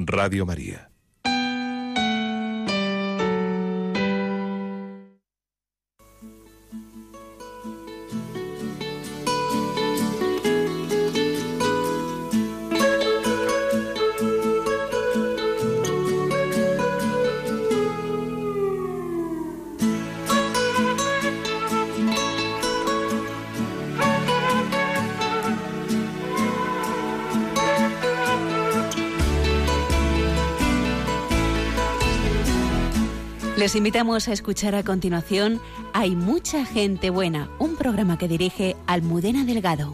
Radio María. Les invitamos a escuchar a continuación Hay mucha gente buena, un programa que dirige Almudena Delgado.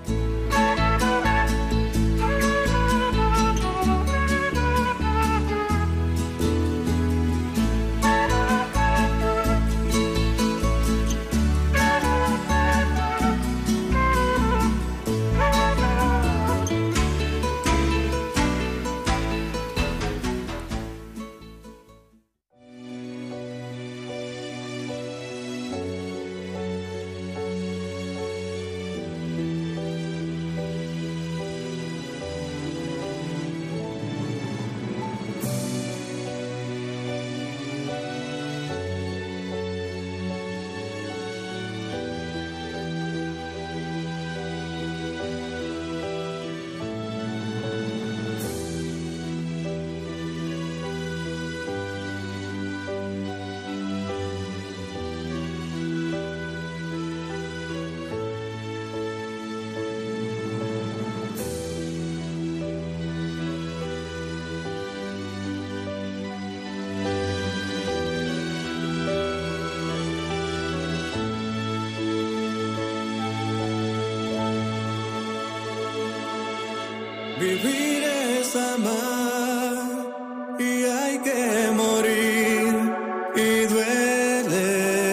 Vivir es amar y hay que morir y duele,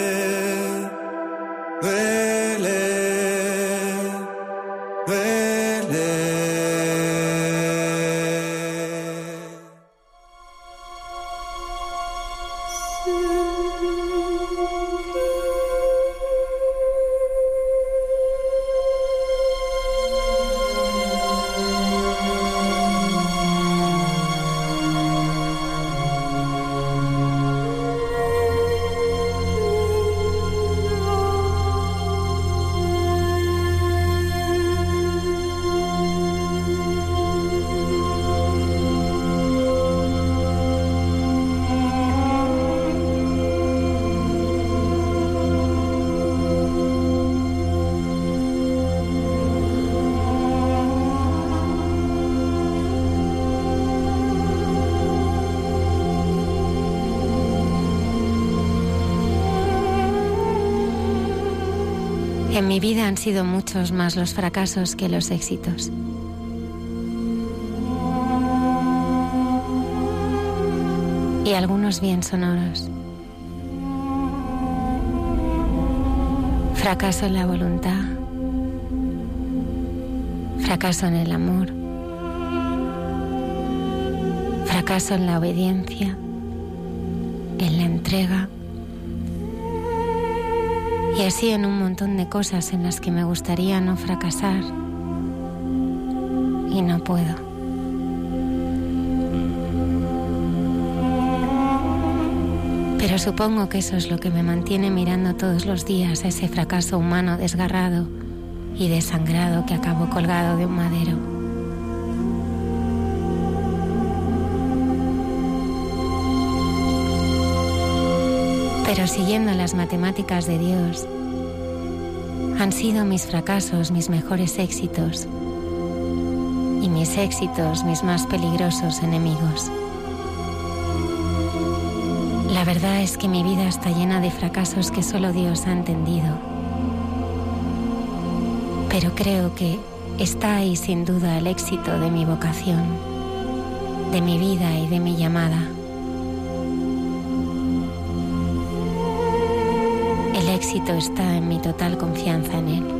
duele, duele. En mi vida han sido muchos más los fracasos que los éxitos. Y algunos bien sonoros. Fracaso en la voluntad. Fracaso en el amor. Fracaso en la obediencia. En la entrega. Y así en un montón de cosas en las que me gustaría no fracasar y no puedo. Pero supongo que eso es lo que me mantiene mirando todos los días a ese fracaso humano desgarrado y desangrado que acabó colgado de un madero. Pero siguiendo las matemáticas de Dios, han sido mis fracasos mis mejores éxitos y mis éxitos mis más peligrosos enemigos. La verdad es que mi vida está llena de fracasos que solo Dios ha entendido. Pero creo que está ahí sin duda el éxito de mi vocación, de mi vida y de mi llamada. El éxito está en mi total confianza en Él.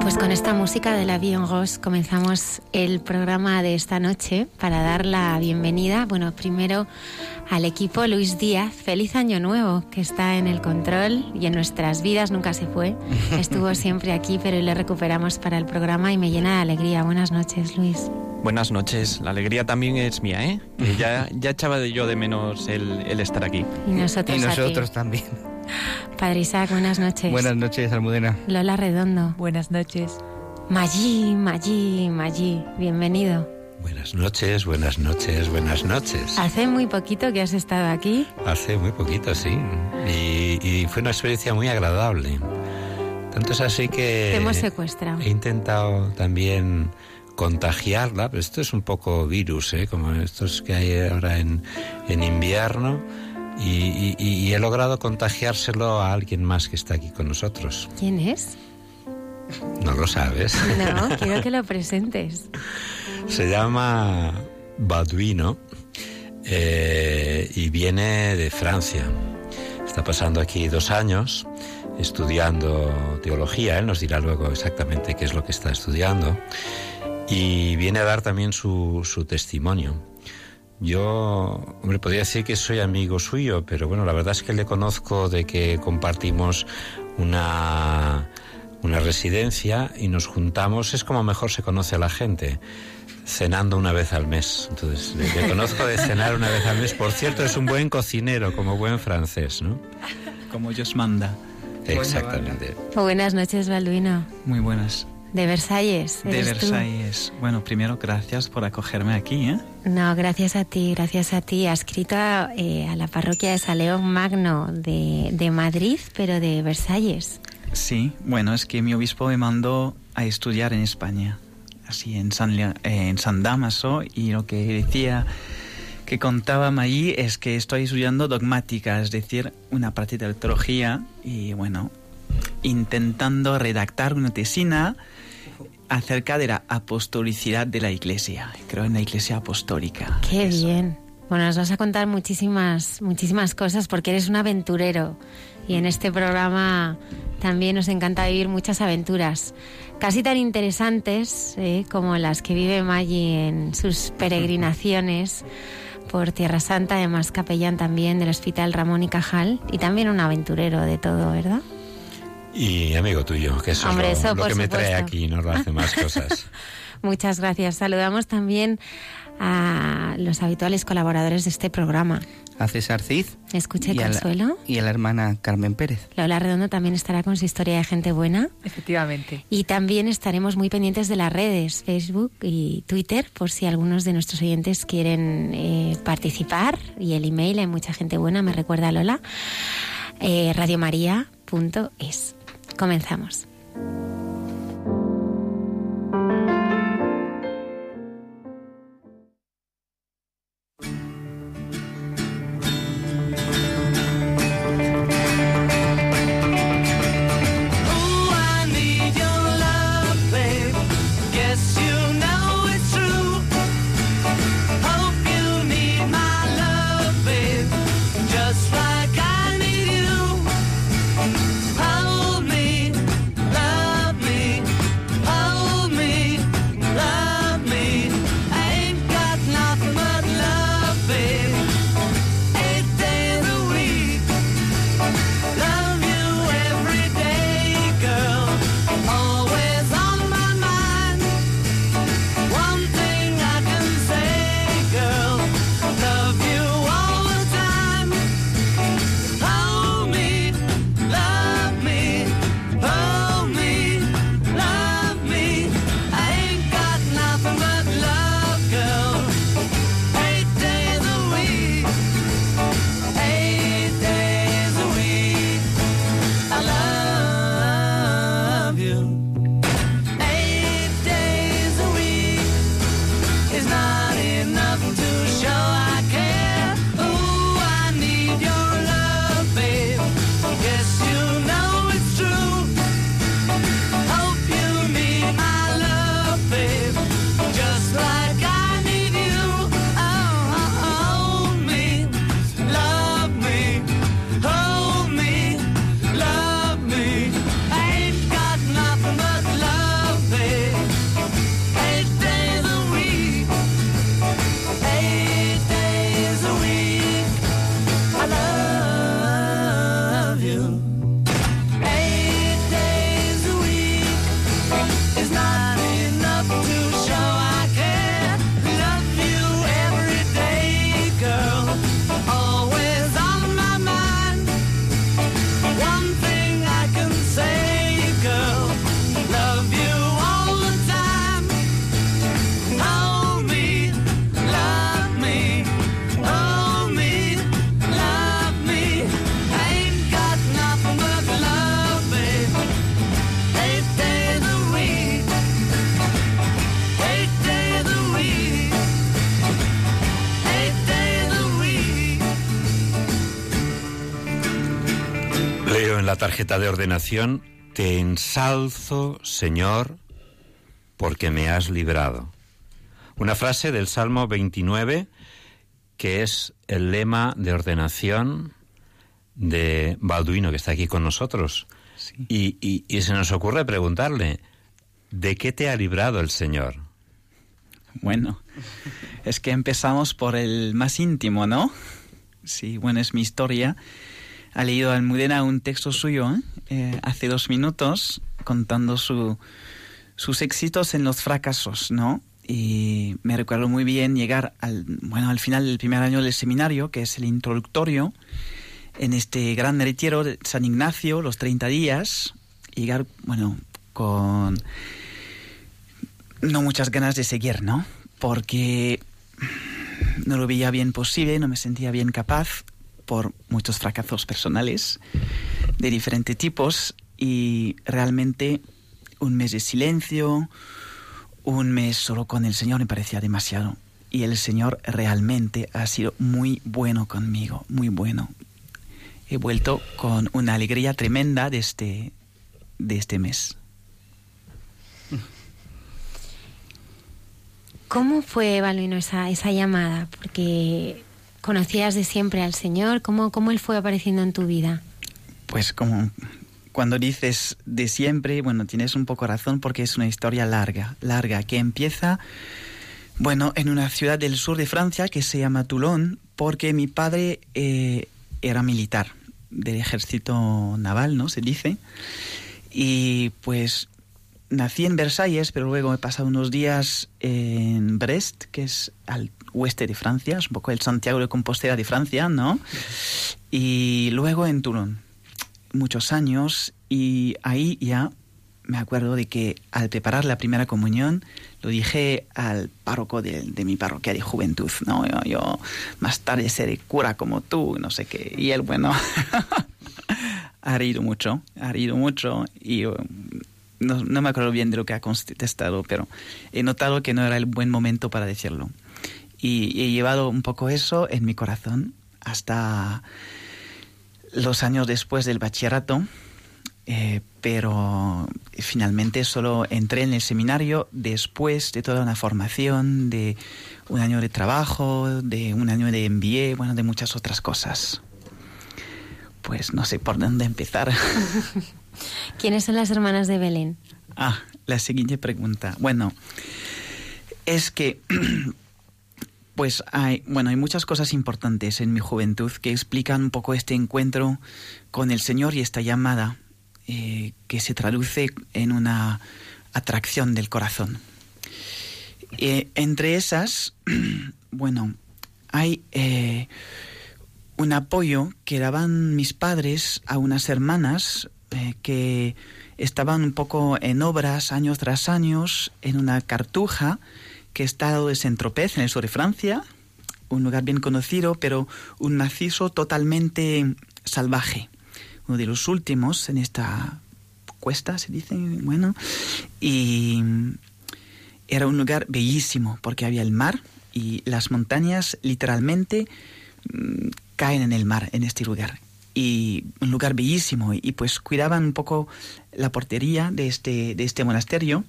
Pues con esta música de la Vie en Rose comenzamos el programa de esta noche para dar la bienvenida, bueno, primero al equipo Luis Díaz. Feliz Año Nuevo, que está en el control y en nuestras vidas, nunca se fue. Estuvo siempre aquí, pero hoy le recuperamos para el programa y me llena de alegría. Buenas noches, Luis. Buenas noches. La alegría también es mía, ¿eh? Que ya echaba yo de menos el estar aquí. Y nosotros también. Padre Isaac, buenas noches. Buenas noches, Almudena. Lola Redondo. Buenas noches. Maggi, bienvenido. Buenas noches, buenas noches, buenas noches. Hace muy poquito que has estado aquí. Hace muy poquito, sí. Y fue una experiencia muy agradable. Tanto es así que... Te hemos secuestrado. He intentado también contagiarla, pero esto es un poco virus, como estos que hay ahora en invierno. Y he logrado contagiárselo a alguien más que está aquí con nosotros. ¿Quién es? ¿No lo sabes? No, quiero que lo presentes. Se llama Baduino y viene de Francia. Está pasando aquí 2 años estudiando teología. Él nos dirá luego exactamente qué es lo que está estudiando. Y viene a dar también su testimonio. Yo, podría decir que soy amigo suyo, pero bueno, la verdad es que le conozco de que compartimos una residencia y nos juntamos, es como mejor se conoce a la gente, cenando una vez al mes. Entonces, le conozco de cenar una vez al mes. Por cierto, es un buen cocinero, como buen francés, ¿no? Como Dios manda. Exactamente. Buenas noches, Balduino. Muy buenas. De Versalles. De Versalles. Tú. Bueno, primero, gracias por acogerme aquí, ¿eh? No, gracias a ti, gracias a ti. Has escrito a la parroquia de San León Magno de Madrid, pero de Versalles. Sí, bueno, es que mi obispo me mandó a estudiar en España, así en San Dámaso, y lo que decía, que contaba allí, es que estoy estudiando dogmática, es decir, una parte de teología, y bueno, intentando redactar una tesina acerca de la apostolicidad de la Iglesia. Creo en la Iglesia apostólica. ¡Qué bien! Bueno, nos vas a contar muchísimas cosas porque eres un aventurero y en este programa también nos encanta vivir muchas aventuras, casi tan interesantes como las que vive Maggi en sus peregrinaciones por Tierra Santa, además capellán también del Hospital Ramón y Cajal y también un aventurero de todo, ¿verdad? Y amigo tuyo, que eso Hombre, es eso, lo que me trae supuesto. aquí, no lo hace más cosas. Muchas gracias. Saludamos también a los habituales colaboradores de este programa. A César Cid. Escucha y Consuelo. Y a la hermana Carmen Pérez. Lola Redondo también estará con su historia de gente buena. Efectivamente. Y también estaremos muy pendientes de las redes, Facebook y Twitter, por si algunos de nuestros oyentes quieren participar. Y el email, hay mucha gente buena, me recuerda Lola, radiomaria.es. Comenzamos. Hold me, love. tarjeta de ordenación: te ensalzo, Señor, porque me has librado. Una frase del Salmo 29, que es el lema de ordenación de Balduino, que está aquí con nosotros. Sí. Y se nos ocurre preguntarle, ¿de qué te ha librado el Señor? Bueno, es que empezamos por el más íntimo, ¿no? Sí, bueno, es mi historia. Ha leído Almudena un texto suyo hace 2 minutos contando sus éxitos en los fracasos, ¿no? Y me recuerdo muy bien llegar al final del primer año del seminario, que es el introductorio, en este gran retiro de San Ignacio, los 30 días, llegar, bueno, con no muchas ganas de seguir, ¿no? Porque no lo veía bien posible, no me sentía bien capaz por muchos fracasos personales de diferentes tipos, y realmente un mes de silencio, un mes solo con el Señor me parecía demasiado. Y el Señor realmente ha sido muy bueno conmigo, muy bueno. He vuelto con una alegría tremenda de este mes. ¿Cómo fue, Balduino, esa llamada? Porque conocías de siempre al Señor. ¿Cómo Él fue apareciendo en tu vida? Pues como cuando dices de siempre, bueno, tienes un poco razón, porque es una historia larga, que empieza, bueno, en una ciudad del sur de Francia que se llama Toulon, porque mi padre era militar del ejército naval, ¿no? Se dice. Y pues nací en Versalles, pero luego he pasado unos días en Brest, que es al oeste de Francia, es un poco el Santiago de Compostela de Francia, ¿no? Y luego en Toulon, muchos años, y ahí ya me acuerdo de que al preparar la primera comunión lo dije al párroco de mi parroquia de juventud, ¿no? Yo más tarde seré cura como tú, no sé qué. Y él, bueno, ha reído mucho, y no me acuerdo bien de lo que ha contestado, pero he notado que no era el buen momento para decirlo. Y he llevado un poco eso en mi corazón hasta los años después del bachillerato, pero finalmente solo entré en el seminario después de toda una formación, de un año de trabajo, de un año de MBA, bueno, de muchas otras cosas. Pues no sé por dónde empezar. ¿Quiénes son las hermanas de Belén? La siguiente pregunta. Bueno, es que pues hay muchas cosas importantes en mi juventud que explican un poco este encuentro con el Señor y esta llamada que se traduce en una atracción del corazón. Entre esas, bueno, hay un apoyo que daban mis padres a unas hermanas que estaban un poco en obras años tras años en una cartuja que está al lado de Saint-Tropez, en el sur de Francia, un lugar bien conocido, pero un macizo totalmente salvaje. Uno de los últimos en esta cuesta, se dice, bueno, y era un lugar bellísimo porque había el mar y las montañas literalmente caen en el mar en este lugar. Y un lugar bellísimo, y pues cuidaban un poco la portería de este monasterio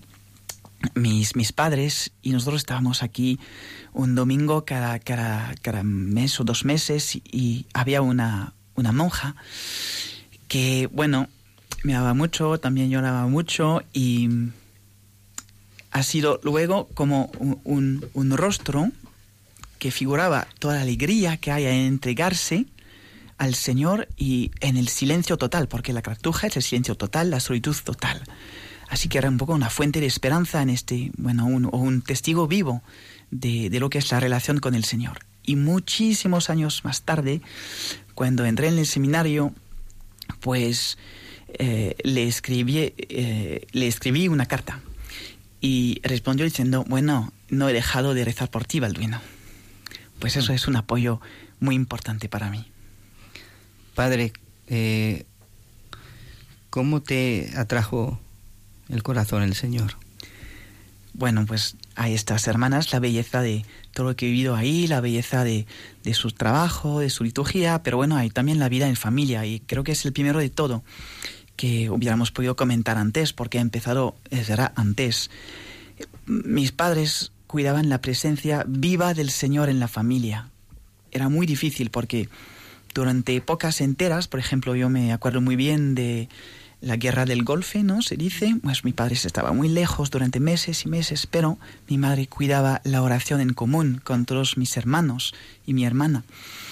mis padres, y nosotros estábamos aquí un domingo cada mes o 2 meses, y había una monja que, bueno, me amaba mucho, también yo la amaba mucho, y ha sido luego como un rostro que figuraba toda la alegría que hay en entregarse al Señor y en el silencio total, porque la cartuja es el silencio total, la solitud total. Así que era un poco una fuente de esperanza en un testigo vivo de lo que es la relación con el Señor. Y muchísimos años más tarde, cuando entré en el seminario, pues le escribí una carta. Y respondió diciendo, bueno, no he dejado de rezar por ti, Balduino. Pues eso es un apoyo muy importante para mí. Padre, ¿cómo te atrajo el corazón el Señor? Bueno, pues a estas hermanas la belleza de todo lo que he vivido ahí, la belleza de su trabajo, de su liturgia, pero bueno, hay también la vida en familia, y creo que es el primero de todo que hubiéramos podido comentar antes, porque ha empezado, será antes. Mis padres cuidaban la presencia viva del Señor en la familia. Era muy difícil porque durante épocas enteras, por ejemplo, yo me acuerdo muy bien de la guerra del Golfo, ¿no? Se dice, pues mi padre estaba muy lejos durante meses y meses, pero mi madre cuidaba la oración en común con todos mis hermanos y mi hermana.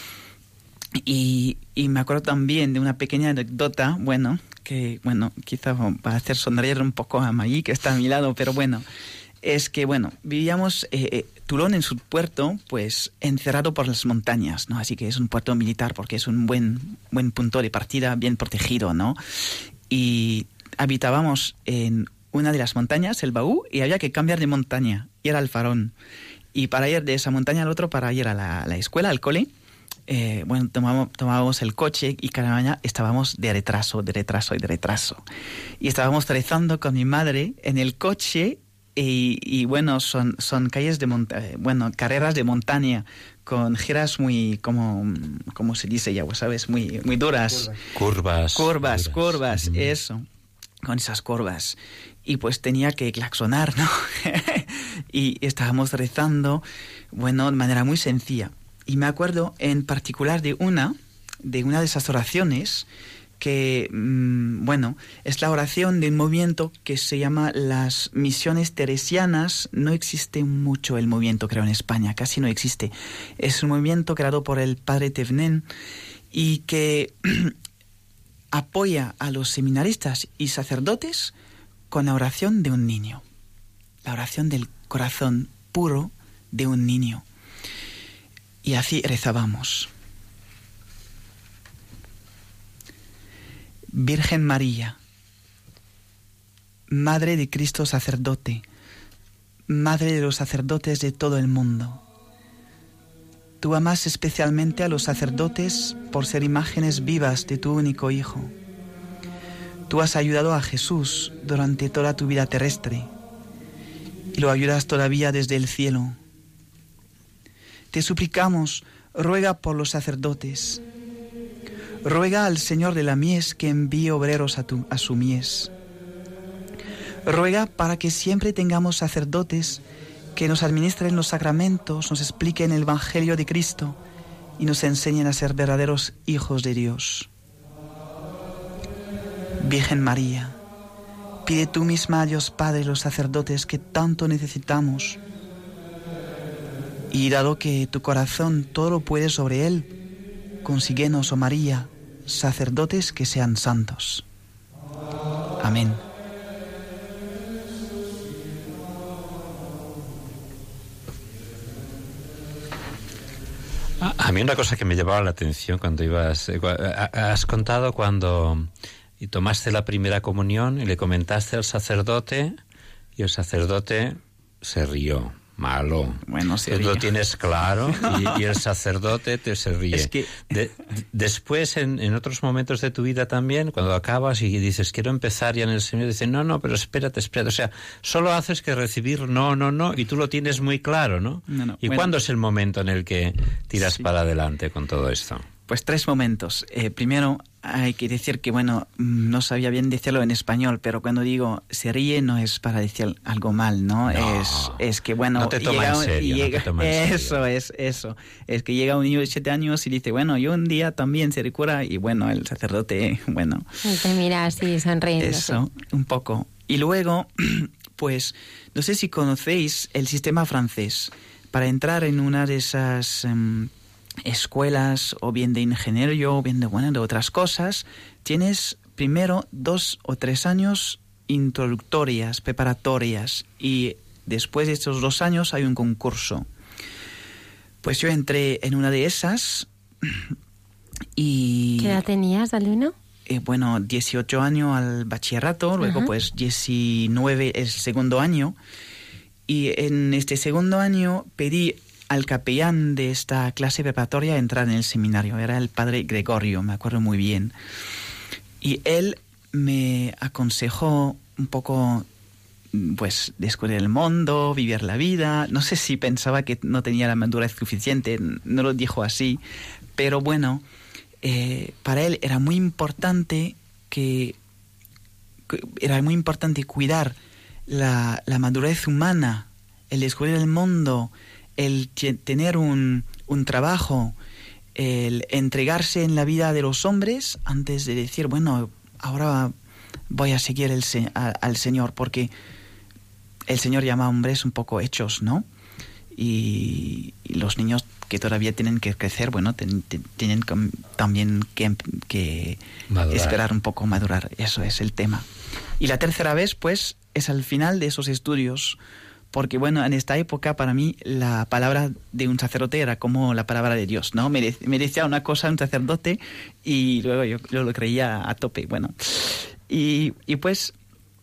Y me acuerdo también de una pequeña anécdota, que quizá va a hacer sonreír un poco a Maggie, que está a mi lado, pero bueno, es que, vivíamos Toulon en su puerto, pues encerrado por las montañas, ¿no? Así que es un puerto militar porque es un buen punto de partida, bien protegido, ¿no? Y habitábamos en una de las montañas, el Baú, y había que cambiar de montaña, y era el Farón. Y para ir de esa montaña al otro, para ir a la escuela, al cole, tomábamos el coche y cada mañana estábamos de retraso. Y estábamos rezando con mi madre en el coche y son calles carreras de montaña con giras muy, como se dice ya, ¿sabes? Muy, muy duras. Curvas, eso. Con esas curvas. Y pues tenía que claxonar, ¿no? Y estábamos rezando, de manera muy sencilla. Y me acuerdo en particular de una de esas oraciones que, es la oración de un movimiento que se llama las Misiones Teresianas. No existe mucho el movimiento, creo, en España, casi no existe. Es un movimiento creado por el padre Tevnen y que apoya a los seminaristas y sacerdotes con la oración de un niño, la oración del corazón puro de un niño. Y así rezábamos. Virgen María, Madre de Cristo sacerdote, Madre de los sacerdotes de todo el mundo. Tú amas especialmente a los sacerdotes por ser imágenes vivas de tu único Hijo. Tú has ayudado a Jesús durante toda tu vida terrestre y lo ayudas todavía desde el cielo. Te suplicamos, ruega por los sacerdotes. Ruega al Señor de la mies que envíe obreros a su mies. Ruega para que siempre tengamos sacerdotes que nos administren los sacramentos, nos expliquen el Evangelio de Cristo y nos enseñen a ser verdaderos hijos de Dios. Virgen María, pide tú misma a Dios Padre los sacerdotes que tanto necesitamos. Y dado que tu corazón todo lo puede sobre él, consíguenos, oh María, sacerdotes que sean santos. Amén. A mí una cosa que me llamaba la atención cuando has contado cuando tomaste la primera comunión y le comentaste al sacerdote y el sacerdote se rió. Malo. Se ríe. Lo tienes claro y el sacerdote se ríe. Es que... Después, en otros momentos de tu vida también, cuando acabas y dices, quiero empezar ya en el Señor, dicen, no, pero espérate. O sea, solo haces que recibir no, y tú lo tienes muy claro, ¿no? ¿Y cuándo es el momento en el que tiras para adelante con todo esto? Pues 3 momentos. Primero, hay que decir que, no sabía bien decirlo en español, pero cuando digo se ríe no es para decir algo mal, ¿no? Es que, no te toma en serio. Eso. Es que llega un niño de 7 años y dice, yo un día también seré cura, y el sacerdote, Y te mira así, sonriendo. Eso, un poco. Y luego, pues, no sé si conocéis el sistema francés. Para entrar en una de esas... escuelas, o bien de ingeniería, o bien de otras cosas, tienes primero 2 o 3 años introductorias, preparatorias, y después de estos 2 años hay un concurso. Pues yo entré en una de esas y... ¿Qué edad tenías, alumno? 18 años al bachillerato, luego pues 19 el segundo año, y en este segundo año pedí al capellán de esta clase preparatoria entrar en el seminario. Era el padre Gregorio, me acuerdo muy bien. Y él me aconsejó un poco pues descubrir el mundo, vivir la vida. No sé si pensaba que no tenía la madurez suficiente, no lo dijo así, pero bueno, para él era muy importante cuidar la madurez humana, el descubrir el mundo, el tener un trabajo, el entregarse en la vida de los hombres antes de decir, bueno, ahora voy a seguir al Señor, porque el Señor llama a hombres un poco hechos, ¿no? Y los niños que todavía tienen que crecer, bueno, tienen también que esperar un poco madurar. Eso es el tema. Y la tercera vez, pues, es al final de esos estudios, porque, bueno, en esta época, para mí, la palabra de un sacerdote era como la palabra de Dios, ¿no? Me decía una cosa un sacerdote y luego yo lo creía a tope, bueno. Y pues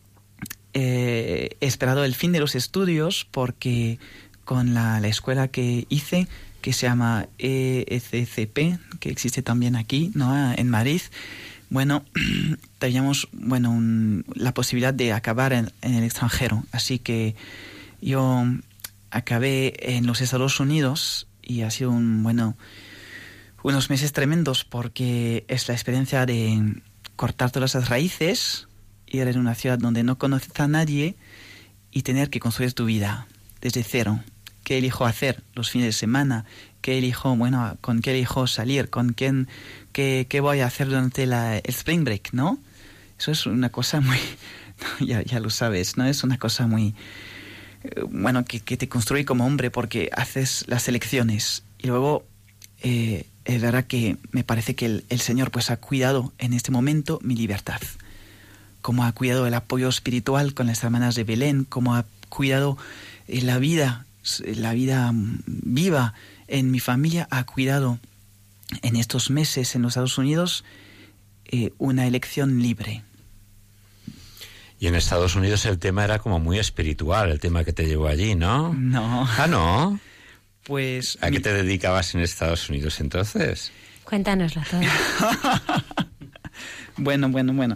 he esperado el fin de los estudios porque con la escuela que hice, que se llama ECCP, que existe también aquí, ¿no? En Madrid, bueno, teníamos la posibilidad de acabar en el extranjero. Así que yo acabé en los Estados Unidos y ha sido unos meses tremendos porque es la experiencia de cortar todas las raíces, ir en una ciudad donde no conoces a nadie y tener que construir tu vida desde cero. ¿Qué elijo hacer los fines de semana? ¿Qué elijo, con qué elijo salir? ¿Con quién? ¿Qué voy a hacer durante el Spring Break, no? Eso es una cosa muy... ya lo sabes, ¿no? Es una cosa muy... que te construye como hombre porque haces las elecciones. Y luego, es verdad que me parece que el Señor pues ha cuidado en este momento mi libertad. Como ha cuidado el apoyo espiritual con las hermanas de Belén, como ha cuidado la vida viva en mi familia, ha cuidado en estos meses en los Estados Unidos una elección libre. Y en Estados Unidos el tema era como muy espiritual, el tema que te llevó allí, ¿no? No. Ah, ¿no? Pues... ¿A qué te dedicabas en Estados Unidos entonces? Cuéntanoslo todo. Bueno.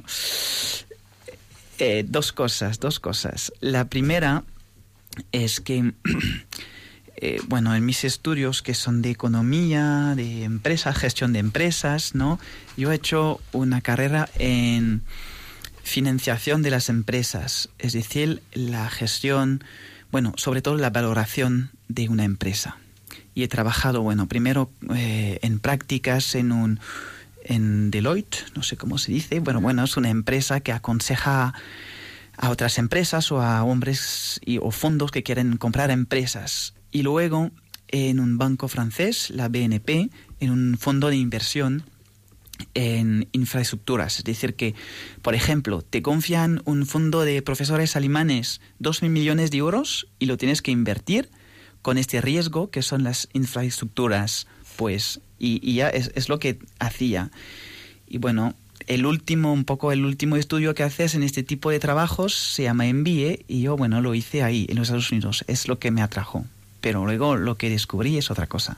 Dos cosas. La primera es que, en mis estudios que son de economía, de empresas, gestión de empresas, ¿no? Yo he hecho una carrera en financiación de las empresas, es decir, la gestión, sobre todo la valoración de una empresa. Y he trabajado, primero en prácticas en Deloitte, no sé cómo se dice, es una empresa que aconseja a otras empresas o a hombres o fondos que quieren comprar empresas. Y luego en un banco francés, la BNP, en un fondo de inversión en infraestructuras. Es decir que, por ejemplo, te confían un fondo de profesores alemanes 2.000 millones de euros y lo tienes que invertir con este riesgo que son las infraestructuras, pues, y ya es lo que hacía. Y el último estudio que haces en este tipo de trabajos se llama MBA y yo, lo hice ahí, en los Estados Unidos. Es lo que me atrajo. Pero luego lo que descubrí es otra cosa.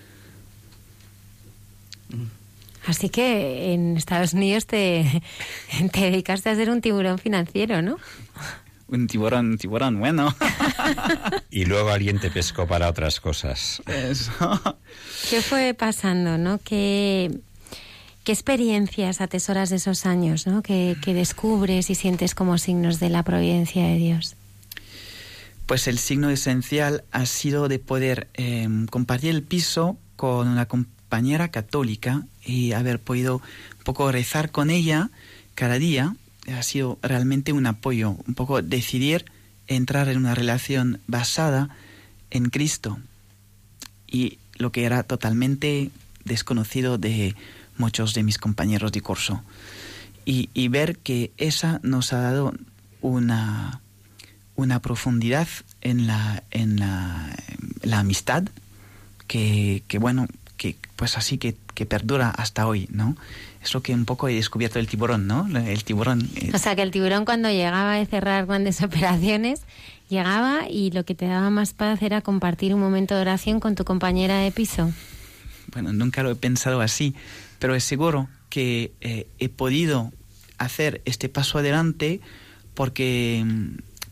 Así que en Estados Unidos te dedicaste a ser un tiburón financiero, ¿no? Un tiburón, bueno. Y luego alguien te pescó para otras cosas. Eso. ¿Qué fue pasando, no? ¿Qué experiencias atesoras de esos años, ¿no? Que descubres y sientes como signos de la providencia de Dios? Pues el signo esencial ha sido de poder compartir el piso con una compañera católica y haber podido un poco rezar con ella cada día. Ha sido realmente un apoyo, un poco decidir entrar en una relación basada en Cristo y lo que era totalmente desconocido de muchos de mis compañeros de curso y ver que esa nos ha dado una profundidad en la amistad que pues así que perdura hasta hoy, ¿no? Es lo que un poco he descubierto del tiburón, ¿no? El tiburón... O sea, que el tiburón cuando llegaba a cerrar grandes operaciones, llegaba y lo que te daba más paz era compartir un momento de oración con tu compañera de piso. Nunca lo he pensado así, pero es seguro que he podido hacer este paso adelante porque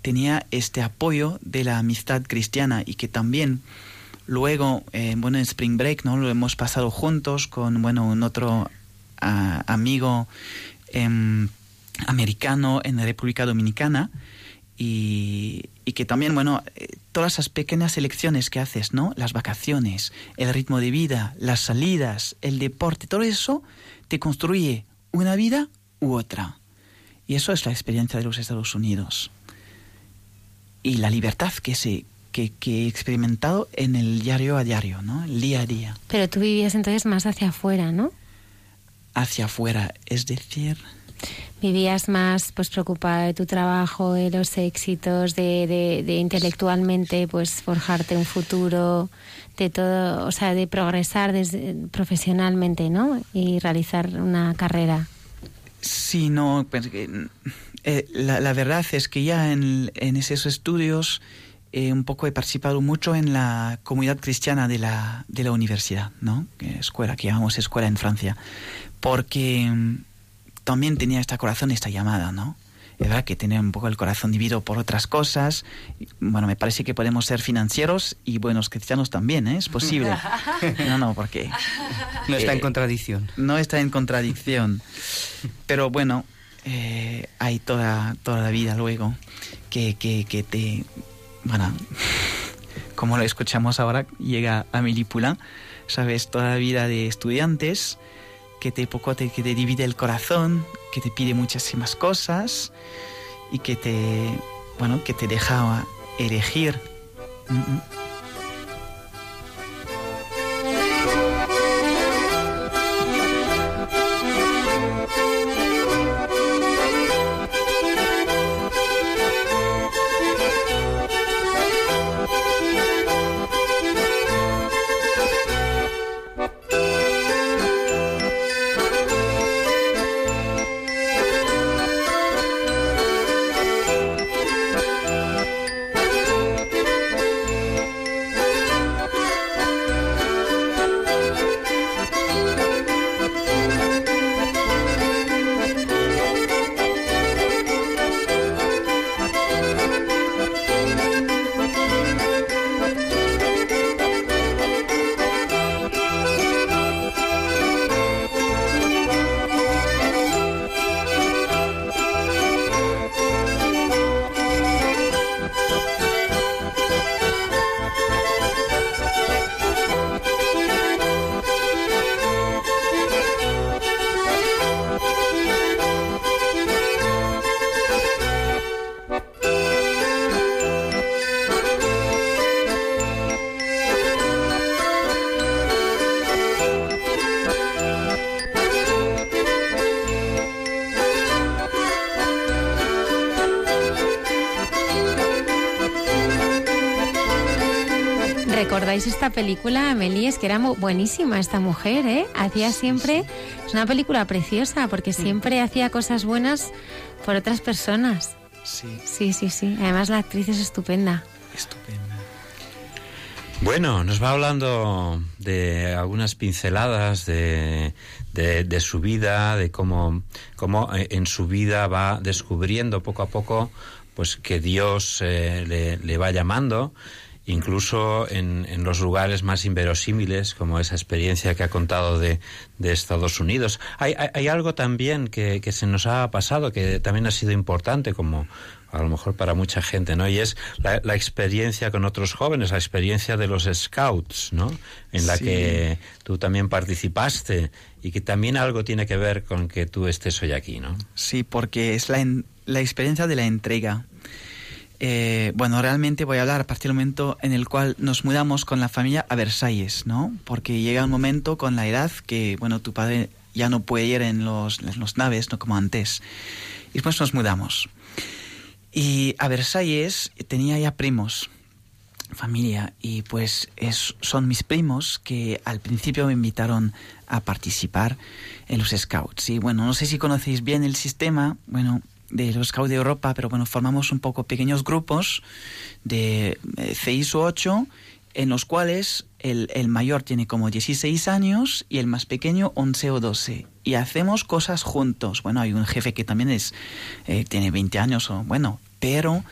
tenía este apoyo de la amistad cristiana y que también luego, en Spring Break, ¿no? Lo hemos pasado juntos con, un otro amigo americano en la República Dominicana y que también, todas esas pequeñas elecciones que haces, ¿no? Las vacaciones, el ritmo de vida, las salidas, el deporte, todo eso te construye una vida u otra. Y eso es la experiencia de los Estados Unidos. Y la libertad que he experimentado en el diario a diario, ¿no? El día a día. Pero tú vivías entonces más hacia afuera, ¿no? Hacia afuera, es decir... Vivías más preocupada de tu trabajo, de los éxitos, de intelectualmente forjarte un futuro, de todo, o sea, de progresar profesionalmente, ¿no? Y realizar una carrera. Sí, no, pues, la verdad es que ya en esos estudios un poco he participado mucho en la comunidad cristiana de la universidad, ¿no? Escuela, que llamamos escuela en Francia, porque también tenía esta llamada, ¿no? Es verdad que tenía un poco el corazón dividido por otras cosas. Me parece que podemos ser financieros y buenos cristianos también, ¿eh? Es posible. No, porque... No está en contradicción. No está en contradicción. Pero hay toda la vida luego que te... como lo escuchamos ahora, llega a Milipula, ¿sabes? Toda la vida de estudiantes... que te divide el corazón, que te pide muchísimas cosas y que te deja elegir. ¿Recordáis esta película, Amélie? Es que era buenísima esta mujer, ¿eh? Hacía siempre... Es una película preciosa porque siempre hacía cosas buenas por otras personas. Sí. Sí. Además la actriz es estupenda. Estupenda. Bueno, nos va hablando de algunas pinceladas de su vida, de cómo en su vida va descubriendo poco a poco pues que Dios le va llamando, incluso en los lugares más inverosímiles, como esa experiencia que ha contado de Estados Unidos. Hay algo también que se nos ha pasado, que también ha sido importante, como a lo mejor para mucha gente, ¿no? Y es la experiencia con otros jóvenes, la experiencia de los Scouts, ¿no? En la que tú también participaste y que también algo tiene que ver con que tú estés hoy aquí, ¿no? Sí, porque es la experiencia de la entrega. Realmente voy a hablar a partir del momento en el cual nos mudamos con la familia a Versalles, ¿no? Porque llega un momento con la edad que, tu padre ya no puede ir en los naves, no como antes. Y después nos mudamos. Y a Versalles tenía ya primos, familia, y pues son mis primos que al principio me invitaron a participar en los Scouts. Y no sé si conocéis bien el sistema, de los Scouts de Europa, pero formamos un poco pequeños grupos de 6 o 8, en los cuales el mayor tiene como 16 años y el más pequeño 11 o 12. Y hacemos cosas juntos. Hay un jefe que también tiene 20 años, pero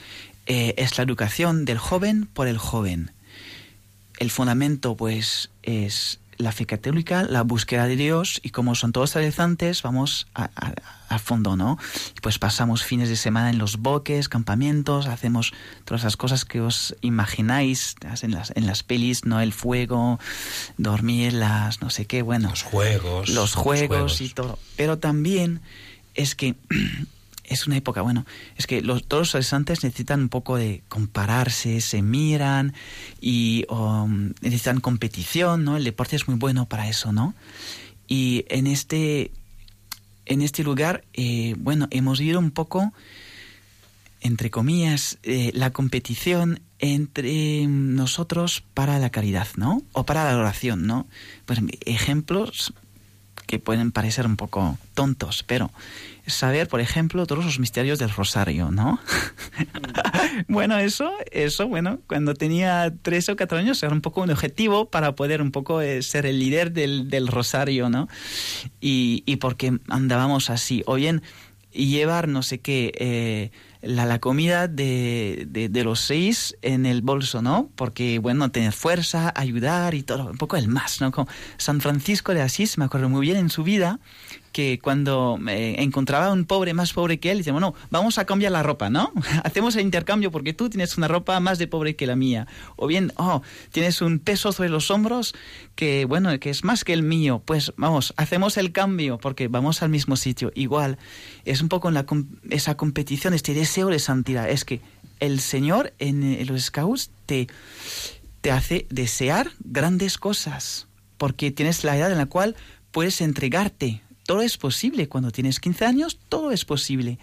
es la educación del joven por el joven. El fundamento, pues, es la fe católica, la búsqueda de Dios, y como son todos adolescentes, vamos a fondo, ¿no? Pues pasamos fines de semana en los bosques, campamentos, hacemos todas esas cosas que os imagináis en las pelis, ¿no? El fuego, dormir, no sé qué, bueno. Los juegos y todo. Pero también es que es una época, bueno, es que todos los adolescentes necesitan un poco de compararse, se miran y necesitan competición, ¿no? El deporte es muy bueno para eso, ¿no? Y en este lugar, bueno, hemos vivido un poco, entre comillas, la competición entre nosotros para la caridad, ¿no? O para la oración, ¿no? Pues ejemplos que pueden parecer un poco tontos, pero saber, por ejemplo, todos los misterios del rosario, ¿no? Bueno, eso, bueno, cuando tenía 13 o 14 años era un poco un objetivo para poder un poco ser el líder del rosario, ¿no? Y porque andábamos así, o bien llevar, no sé qué, la comida de los 6 en el bolso, ¿no? Porque, bueno, tener fuerza, ayudar y todo, un poco el más, ¿no? Como San Francisco de Asís, me acuerdo muy bien en su vida, que cuando encontraba a un pobre más pobre que él, dice, bueno, vamos a cambiar la ropa, ¿no? Hacemos el intercambio porque tú tienes una ropa más de pobre que la mía. O bien, tienes un peso sobre los hombros que, bueno, que es más que el mío. Pues vamos, hacemos el cambio porque vamos al mismo sitio. Igual, es un poco esa competición, este deseo de santidad. Es que el Señor en los Scouts te hace desear grandes cosas porque tienes la edad en la cual puedes entregarte. Todo es posible. Cuando tienes 15 años, todo es posible.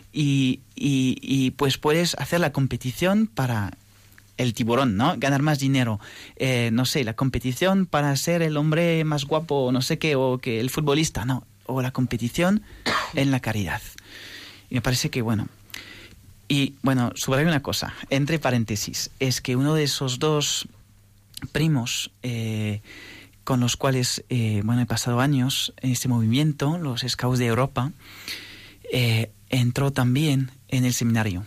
Y pues puedes hacer la competición para el tiburón, ¿no? Ganar más dinero. No sé, la competición para ser el hombre más guapo, no sé qué, o que el futbolista, no. O la competición en la caridad. Y me parece que, bueno. Y, bueno, subrayo una cosa, entre paréntesis, es que uno de esos dos primos con los cuales, bueno, he pasado años en este movimiento, los Scouts de Europa, entró también en el seminario.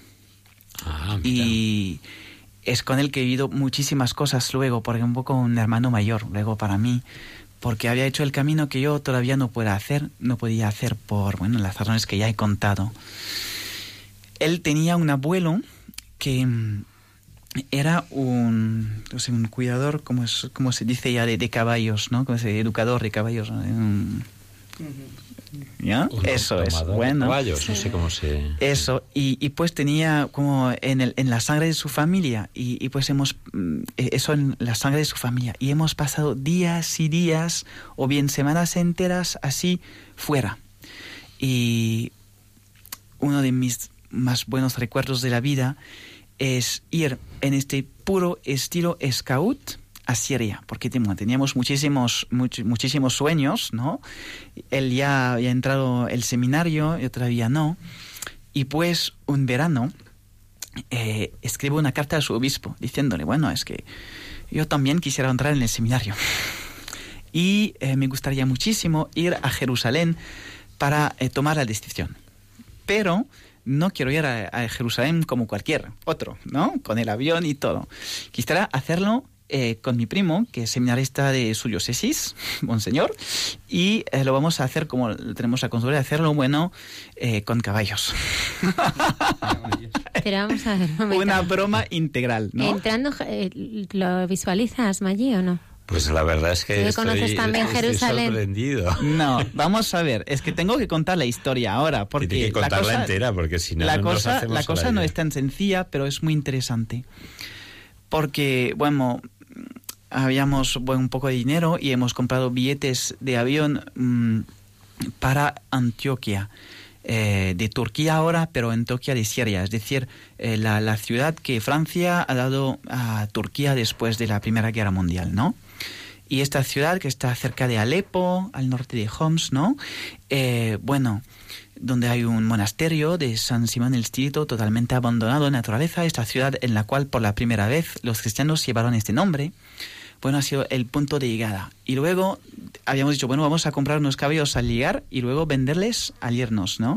Y es con él que he vivido muchísimas cosas luego, porque un poco un hermano mayor, luego para mí, porque había hecho el camino que yo todavía no podía hacer por, bueno, las razones que ya he contado. Él tenía un abuelo que era un cuidador, como se dice ya, de caballos, ¿no? Como educador de caballos. ¿Ya? Eso es, bueno. Caballos, no sé cómo se... Eso, y pues tenía como en la sangre de su familia, y pues eso en la sangre de su familia, y hemos pasado días y días, o bien semanas enteras, así, fuera. Y uno de mis más buenos recuerdos de la vida es ir en este puro estilo scout a Siria, porque teníamos muchísimos sueños, ¿no? Él ya había entrado el seminario, yo todavía no, y pues un verano escribo una carta a su obispo diciéndole, bueno, es que yo también quisiera entrar en el seminario y me gustaría muchísimo ir a Jerusalén para tomar la decisión, pero no quiero ir a Jerusalén como cualquier otro, ¿no? Con el avión y todo. Quisiera hacerlo con mi primo, que es seminarista de su diócesis, Monseñor, y lo vamos a hacer como tenemos la costumbre de hacerlo, bueno, con caballos. Pero vamos a ver, un momento. Una broma integral, ¿no? Entrando, ¿lo visualizas, Maggi, o no? Pues la verdad es que conoces también Jerusalén. Sorprendido. No, vamos a ver, es que tengo que contar la historia ahora, porque tiene que contarla entera, porque si no, la cosa no es tan sencilla, pero es muy interesante. Porque, bueno, habíamos un poco de dinero y hemos comprado billetes de avión para Antioquia, de Turquía ahora, pero Antioquia de Siria, es decir, la ciudad que Francia ha dado a Turquía después de la Primera Guerra Mundial, ¿no? Y esta ciudad que está cerca de Alepo, al norte de Homs, ¿no? Bueno, donde hay un monasterio de San Simón el Círito totalmente abandonado en naturaleza, esta ciudad en la cual por la primera vez los cristianos llevaron este nombre. Bueno, ha sido el punto de llegada. Y luego habíamos dicho, bueno, vamos a comprar unos caballos al llegar y luego venderles al irnos, ¿no?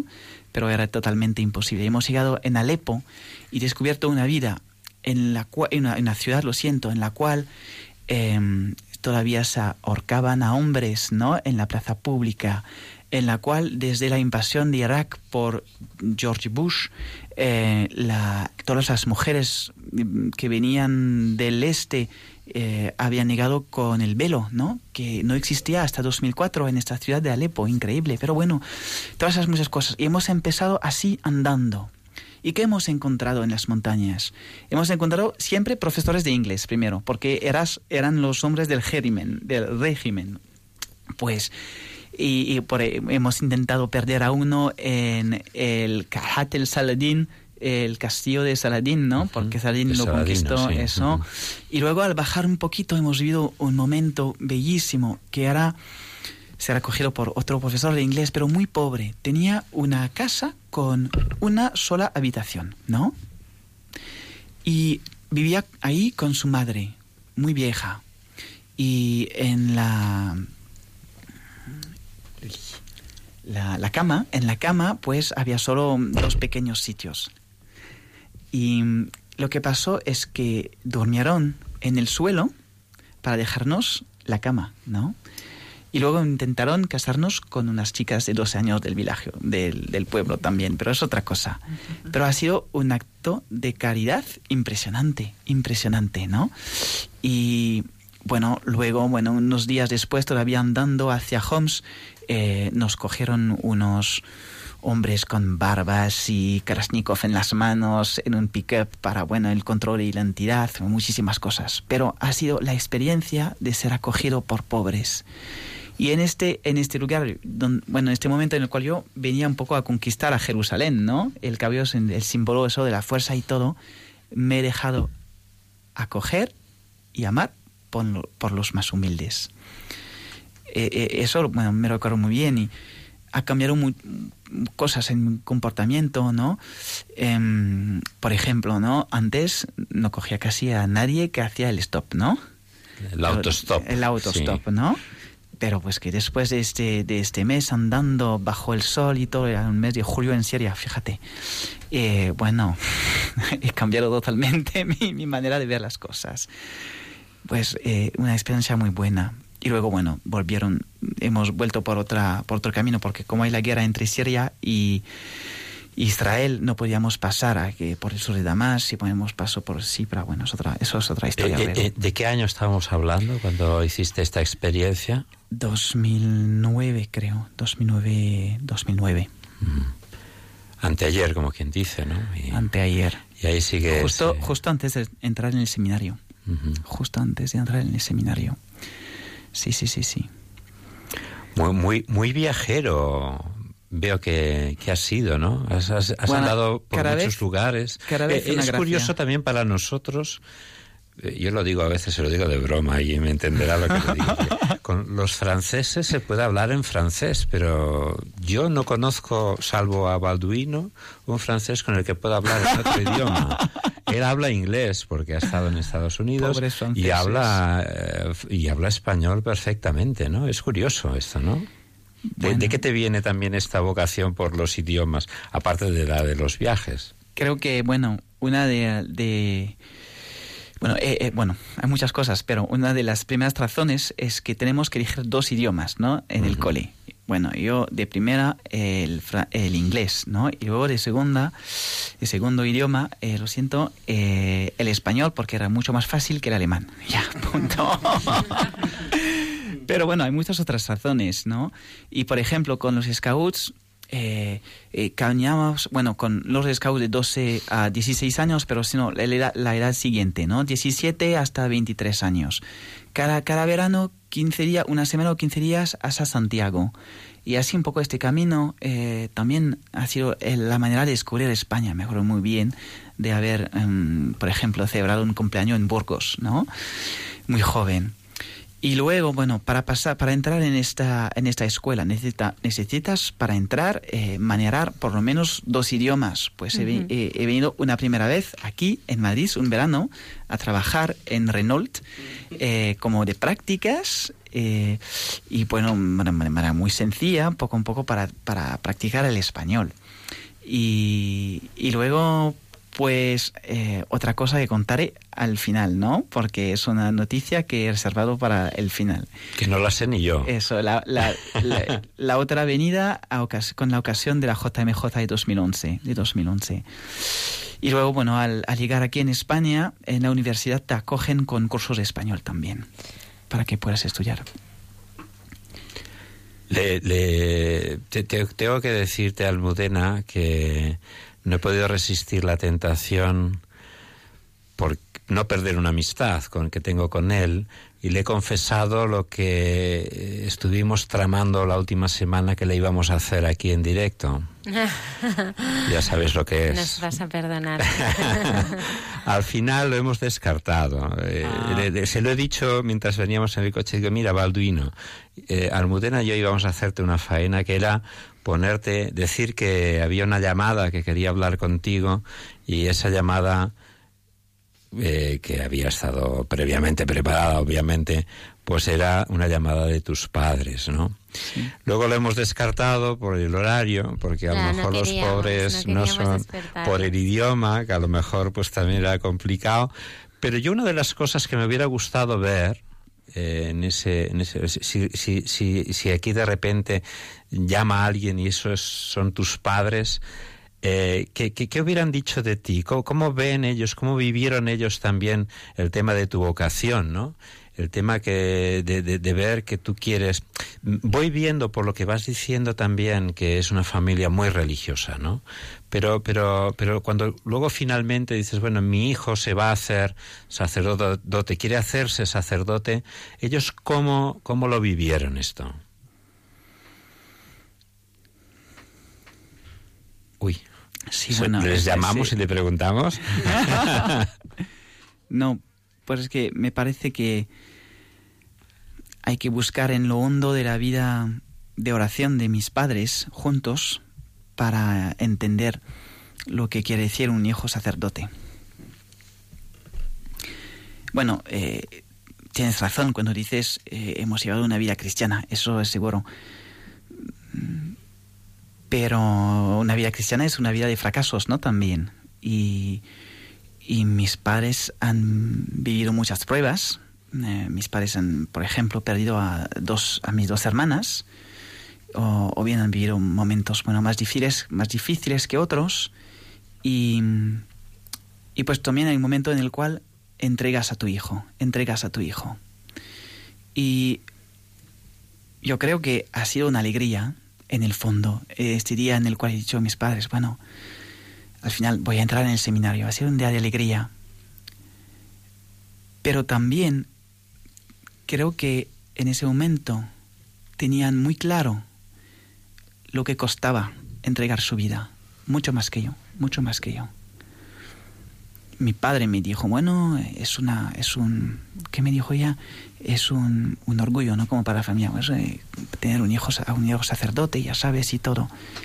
pero era totalmente imposible. Hemos llegado en Alepo y descubierto una vida en una ciudad, en la cual todavía se ahorcaban a hombres, ¿no?, en la plaza pública, en la cual desde la invasión de Irak por George Bush, todas las mujeres que venían del este habían llegado con el velo, ¿no?, que no existía hasta 2004 en esta ciudad de Alepo. Increíble, pero bueno, todas esas muchas cosas. Y hemos empezado así andando. ¿Y qué hemos encontrado en las montañas? Hemos encontrado siempre profesores de inglés, primero, porque eran los hombres del régimen. Pues, hemos intentado perder a uno en el Kahat el Saladín, el castillo de Saladín, ¿no? Porque Saladín lo conquistó, sí. Eso. Y luego al bajar un poquito hemos vivido un momento bellísimo que ahora será acogido por otro profesor de inglés, pero muy pobre. Tenía una casa con una sola habitación, ¿no? Y vivía ahí con su madre, muy vieja. Y en la cama, pues había solo 2 pequeños sitios. Y lo que pasó es que durmieron en el suelo para dejarnos la cama, ¿no? Y luego intentaron casarnos con unas chicas de 12 años del villaje, del pueblo también, pero es otra cosa. Pero ha sido un acto de caridad impresionante, ¿no? Y bueno, luego, unos días después, todavía andando hacia Homs, nos cogieron unos hombres con barbas y Kalashnikov en las manos, en un pick-up para, el control y la identidad, muchísimas cosas. Pero ha sido la experiencia de ser acogido por pobres. Y en este lugar, en este momento en el cual yo venía un poco a conquistar a Jerusalén, ¿no? El cabello es el símbolo eso de la fuerza y todo, me he dejado acoger y amar por los más humildes. Eso me lo recuerdo muy bien y ha cambiado cosas en mi comportamiento, ¿no? Por ejemplo, ¿no? Antes no cogía casi a nadie que hacía el stop, ¿no? El autostop. El autostop, sí. ¿No? Pero pues que después de este mes andando bajo el sol y todo, el mes de julio en Siria, fíjate, he cambiado totalmente mi manera de ver las cosas. Pues una experiencia muy buena. Y luego, hemos vuelto por otro camino, porque como hay la guerra entre Siria y Israel, no podíamos pasar por el sur de Damasco, y ponemos paso por Cipra. Eso es otra historia. ¿De qué año estábamos hablando cuando hiciste esta experiencia? 2009, creo. 2009. Anteayer, como quien dice, ¿no? Anteayer. Y ahí sigue... Justo antes de entrar en el seminario. Justo antes de entrar en el seminario. Sí. Muy viajero. Veo que has sido, ¿no? Has andado por muchos lugares. Es curioso también para nosotros. Yo lo digo a veces, se lo digo de broma y me entenderá lo que te digo. Con los franceses se puede hablar en francés, pero yo no conozco, salvo a Balduino, un francés con el que pueda hablar en otro idioma. Él habla inglés porque ha estado en Estados Unidos y habla español perfectamente, ¿no? Es curioso esto, ¿no? ¿De qué te viene también esta vocación por los idiomas, aparte de la de los viajes? Creo que, una hay muchas cosas, pero una de las primeras razones es que tenemos que elegir 2 idiomas, ¿no? En el cole. Yo de primera el inglés, ¿no? Y luego de segundo idioma, el español, porque era mucho más fácil que el alemán. Ya, punto. Pero hay muchas otras razones, ¿no? Y por ejemplo, con los scouts, caminamos, con los scouts de 12 a 16 años, pero sino la edad siguiente, ¿no? 17 hasta 23 años. Cada verano, 15 días, una semana o 15 días hasta Santiago. Y así un poco este camino también ha sido la manera de descubrir España. Me acuerdo muy bien de haber, por ejemplo, celebrado un cumpleaños en Burgos, ¿no? Muy joven. Y luego, para entrar en esta escuela, necesitas para entrar manejar por lo menos 2 idiomas. Pues he venido una primera vez aquí en Madrid, un verano, a trabajar en Renault como de prácticas y de manera muy sencilla, poco a poco para practicar el español. Y luego, pues, otra cosa que contaré al final, ¿no? Porque es una noticia que he reservado para el final. Que no la sé ni yo. Eso, la otra venida con la ocasión de la JMJ de 2011. Y luego, bueno, al llegar aquí en España, en la universidad te acogen con cursos de español también, para que puedas estudiar. Tengo que decirte, Almudena, que no he podido resistir la tentación por no perder una amistad que tengo con él, y le he confesado lo que estuvimos tramando la última semana, que le íbamos a hacer aquí en directo. Ya sabes lo que es. Nos vas a perdonar. Al final lo hemos descartado. Se lo he dicho mientras veníamos en el coche. Digo, mira, Balduino, Almudena y yo íbamos a hacerte una faena, que era decir que había una llamada que quería hablar contigo, y esa llamada, que había estado previamente preparada, obviamente, pues era una llamada de tus padres, ¿no? Sí. Luego lo hemos descartado por el horario, porque a lo mejor los pobres no son, por el idioma, que a lo mejor pues también era complicado. Pero yo, una de las cosas que me hubiera gustado ver si aquí de repente llama a alguien y son tus padres, ¿qué hubieran dicho de ti? ¿Cómo ven ellos, cómo vivieron ellos también el tema de tu vocación, ¿no? El tema de ver que tú quieres. Voy viendo por lo que vas diciendo también que es una familia muy religiosa, ¿no? Pero cuando luego finalmente dices, bueno, mi hijo se va a hacer sacerdote, quiere hacerse sacerdote, ¿ellos cómo lo vivieron esto? Uy. Sí, bueno, ¿les llamamos y le preguntamos? No, pues es que me parece que hay que buscar en lo hondo de la vida de oración de mis padres juntos para entender lo que quiere decir un hijo sacerdote. Bueno, tienes razón cuando dices hemos llevado una vida cristiana, eso es seguro. Pero una vida cristiana es una vida de fracasos, ¿no? También. Y mis padres han vivido muchas pruebas. Mis padres han, por ejemplo, perdido a mis dos hermanas, o bien han vivido momentos, bueno, más difíciles que otros. Y pues también hay un momento en el cual entregas a tu hijo. Y yo creo que ha sido una alegría, en el fondo, este día en el cual he dicho a mis padres, bueno, al final voy a entrar en el seminario. Ha sido un día de alegría. Pero también creo que en ese momento tenían muy claro lo que costaba entregar su vida. Mucho más que yo. Mi padre me dijo, bueno, ¿qué me dijo ella? Es un orgullo, ¿no? Como para la familia, pues, tener un hijo sacerdote, ya sabes, y todo.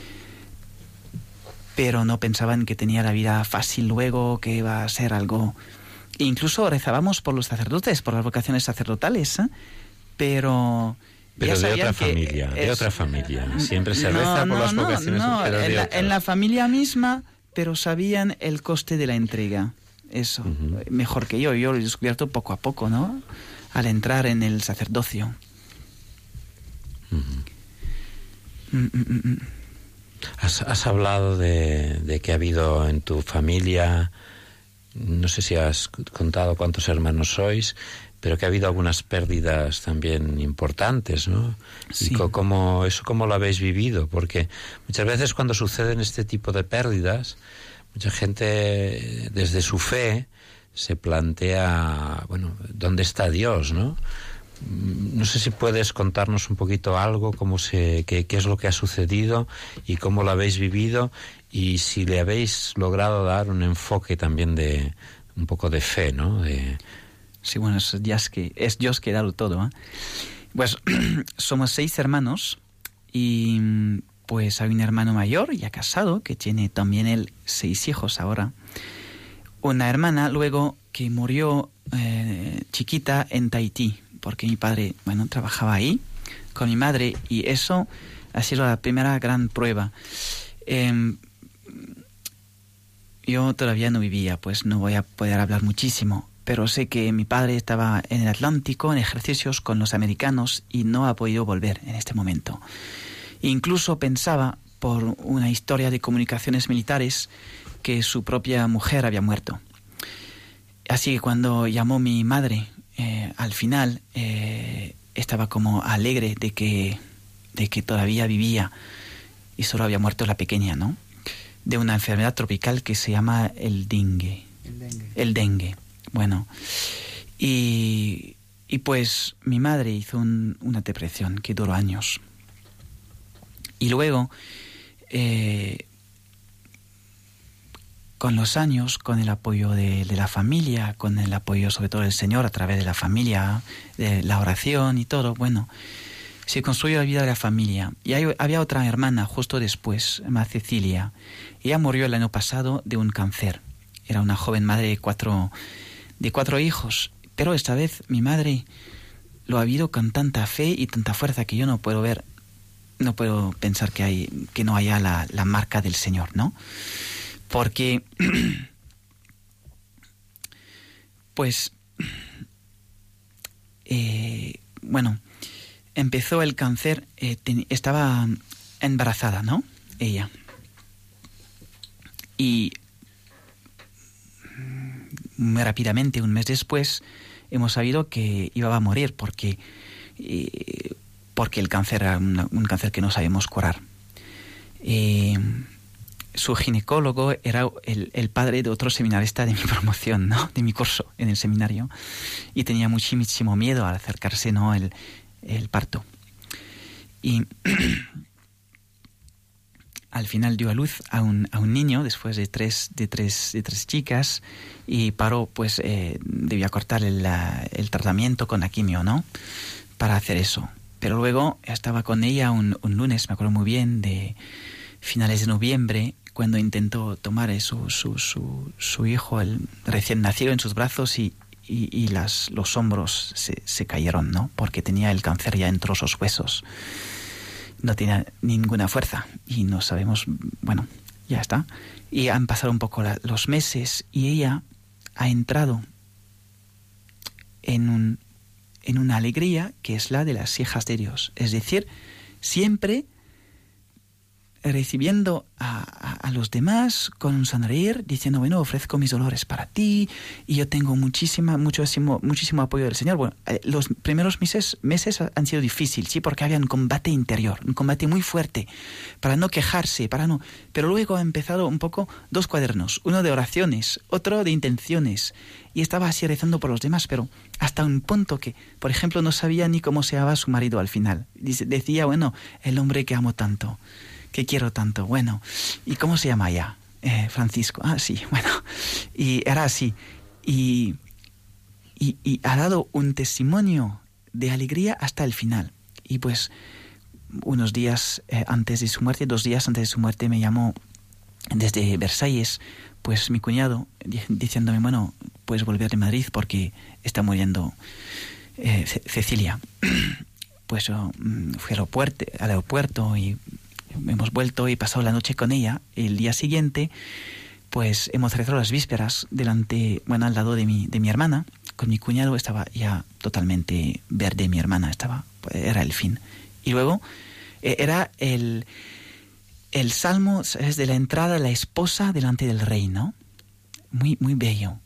Pero no pensaban que tenía la vida fácil luego, que iba a ser algo. Incluso rezábamos por los sacerdotes, por las vocaciones sacerdotales, pero de otra familia. Siempre se reza por las vocaciones, pero en la familia misma, pero sabían el coste de la entrega. Eso, mejor que yo lo he descubierto poco a poco, ¿no? Al entrar en el sacerdocio. Has hablado de que ha habido en tu familia, no sé si has contado cuántos hermanos sois, pero que ha habido algunas pérdidas también importantes, ¿no? Sí. ¿Y cómo lo habéis vivido? Porque muchas veces cuando suceden este tipo de pérdidas, mucha gente desde su fe se plantea, bueno, ¿dónde está Dios, no? No sé si puedes contarnos un poquito algo, qué es lo que ha sucedido y cómo lo habéis vivido, y si le habéis logrado dar un enfoque también de un poco de fe, ¿no? Sí, bueno, es Dios que ha dado todo, ¿eh? Pues somos 6 hermanos y pues hay un hermano mayor ya casado que tiene también él 6 hijos ahora. Una hermana luego que murió chiquita en Tahití, porque mi padre, bueno, trabajaba ahí con mi madre, y eso ha sido la primera gran prueba. yo todavía no vivía, pues no voy a poder hablar muchísimo, pero sé que mi padre estaba en el Atlántico en ejercicios con los americanos y no ha podido volver en este momento. Incluso pensaba, por una historia de comunicaciones militares, que su propia mujer había muerto. Así que cuando llamó mi madre, al final estaba como alegre de que todavía vivía y solo había muerto la pequeña, ¿no? De una enfermedad tropical que se llama el dengue. El dengue. Bueno, y pues mi madre hizo una depresión que duró años. Y luego, con los años, con el apoyo de la familia, con el apoyo sobre todo del Señor a través de la familia, de la oración y todo, bueno, se construyó la vida de la familia. Y había otra hermana justo después, llamada Cecilia. Ella murió el año pasado de un cáncer. Era una joven madre de cuatro hijos. Pero esta vez mi madre lo ha habido con tanta fe y tanta fuerza que yo no puedo pensar que no haya la marca del Señor, ¿no? Porque, pues, bueno, empezó el cáncer, estaba embarazada, ¿no? Ella. Y muy rápidamente, un mes después, hemos sabido que iba a morir porque el cáncer era un cáncer que no sabemos curar. Su ginecólogo era el padre de otro seminarista de mi promoción, ¿no? De mi curso en el seminario, y tenía muchísimo miedo al acercarse, ¿no? el parto. Y al final dio a luz a un niño después de tres chicas, y paró, pues debía cortar el tratamiento con la quimio, ¿no? Para hacer eso. Pero luego estaba con ella un lunes, me acuerdo muy bien, de finales de noviembre, cuando intentó tomar su hijo, el recién nacido, en sus brazos, y los hombros se cayeron, ¿no? Porque tenía el cáncer ya entre los huesos. No tenía ninguna fuerza y no sabemos, bueno, ya está. Y han pasado un poco los meses y ella ha entrado en una alegría que es la de las hijas de Dios. Es decir, siempre recibiendo a los demás con un sonreír, diciendo, bueno, ofrezco mis dolores para ti, y yo tengo muchísimo apoyo del Señor. Bueno, los primeros meses han sido difíciles, sí, porque había un combate interior, un combate muy fuerte, para no quejarse, pero luego ha empezado un poco 2 cuadernos, uno de oraciones, otro de intenciones, y estaba así rezando por los demás, pero hasta un punto que, por ejemplo, no sabía ni cómo se llamaba su marido al final. Decía, bueno, el hombre que amo tanto, que quiero tanto, bueno, ¿y cómo se llama ya? Francisco, sí, bueno, y era así, y ha dado un testimonio de alegría hasta el final. Y pues unos días antes de su muerte, 2 días antes de su muerte, me llamó desde Versalles, pues mi cuñado, diciéndome, bueno, puedes volver de Madrid porque está muriendo Cecilia. Pues yo fui al aeropuerto y hemos vuelto y pasado la noche con ella. El día siguiente, pues hemos rezado las vísperas al lado de mi hermana. Con mi cuñado estaba ya totalmente verde mi hermana, era el fin. Y luego era el salmo, es de la entrada de la esposa delante del rey, ¿no? Muy, muy bello.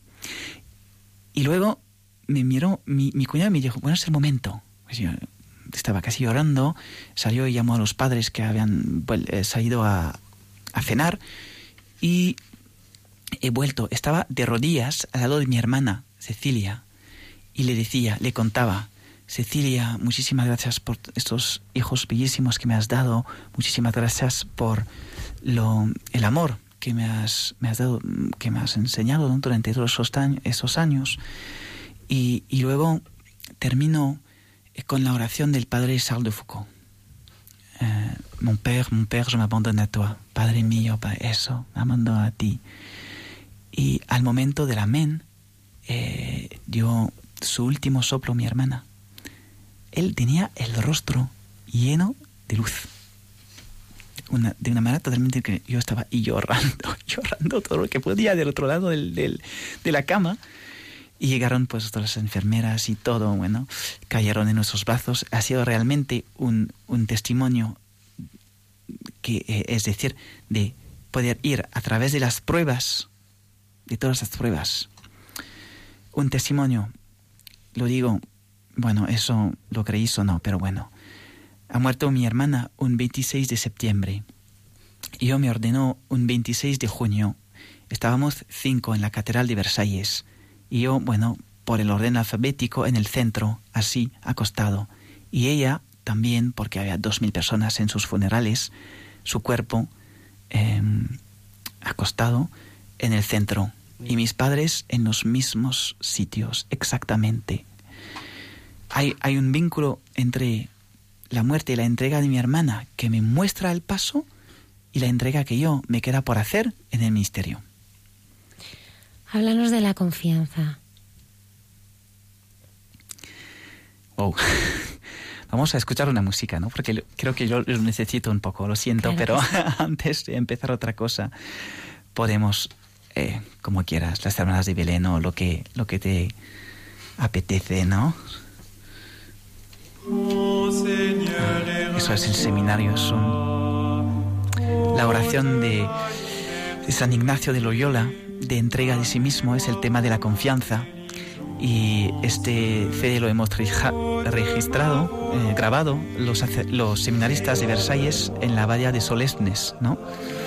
Y luego me miró mi cuñado y me dijo, bueno, es el momento. Pues yo estaba casi llorando, salió y llamó a los padres que habían salido a cenar, y he vuelto, estaba de rodillas al lado de mi hermana Cecilia, y le contaba, Cecilia, muchísimas gracias por estos hijos bellísimos que me has dado, muchísimas gracias por el amor que me has dado, que me has enseñado, ¿no? Durante todos esos años. Y luego termino con la oración del padre Charles de Foucauld. Mon père, je m'abandonne à toi. Padre mío, eso, me abandono a ti. Y al momento del amén, dio su último soplo mi hermana. Él tenía el rostro lleno de luz. de una manera totalmente que yo estaba llorando todo lo que podía del otro lado de la cama. Y llegaron pues todas las enfermeras y todo, bueno, cayeron en nuestros brazos. Ha sido realmente un testimonio que, es decir, de poder ir a través de las pruebas, de todas las pruebas. Un testimonio, lo digo, bueno, eso lo creéis o no, pero bueno. Ha muerto mi hermana un 26 de septiembre. Y yo me ordenó un 26 de junio. Estábamos 5 en la Catedral de Versalles. Y yo, bueno, por el orden alfabético en el centro, así, acostado. Y ella también, porque había 2.000 personas en sus funerales, su cuerpo acostado en el centro. Y mis padres en los mismos sitios, exactamente. Hay un vínculo entre la muerte y la entrega de mi hermana que me muestra el paso y la entrega que yo me queda por hacer en el ministerio. Háblanos de la confianza. Wow. Vamos a escuchar una música, ¿no? Porque creo que yo lo necesito un poco, lo siento, claro, pero antes de empezar otra cosa, podemos, como quieras, las hermanas de Belén o lo que te apetece, ¿no? Eso es el seminario, es la oración de San Ignacio de Loyola, de entrega de sí mismo, es el tema de la confianza. Y este CD lo hemos registrado, grabado, los seminaristas de Versalles en la abadía de Solesnes, ¿no?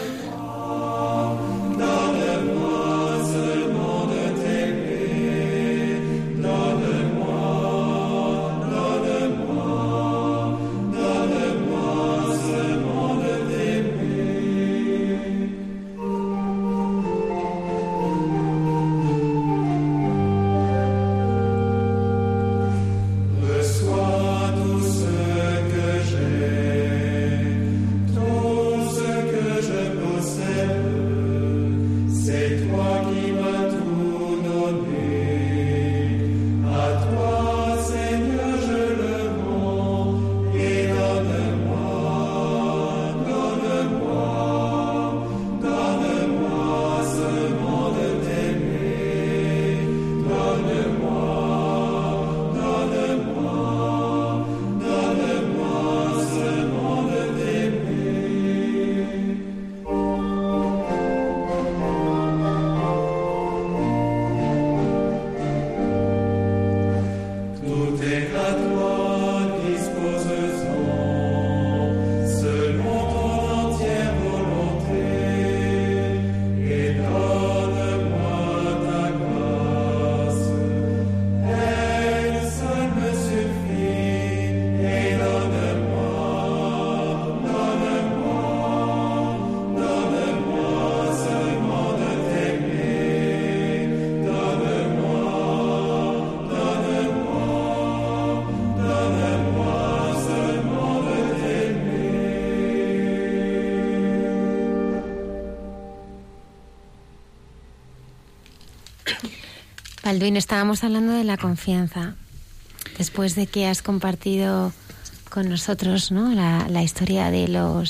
Balduín, estábamos hablando de la confianza. Después de que has compartido con nosotros, ¿no?, la historia de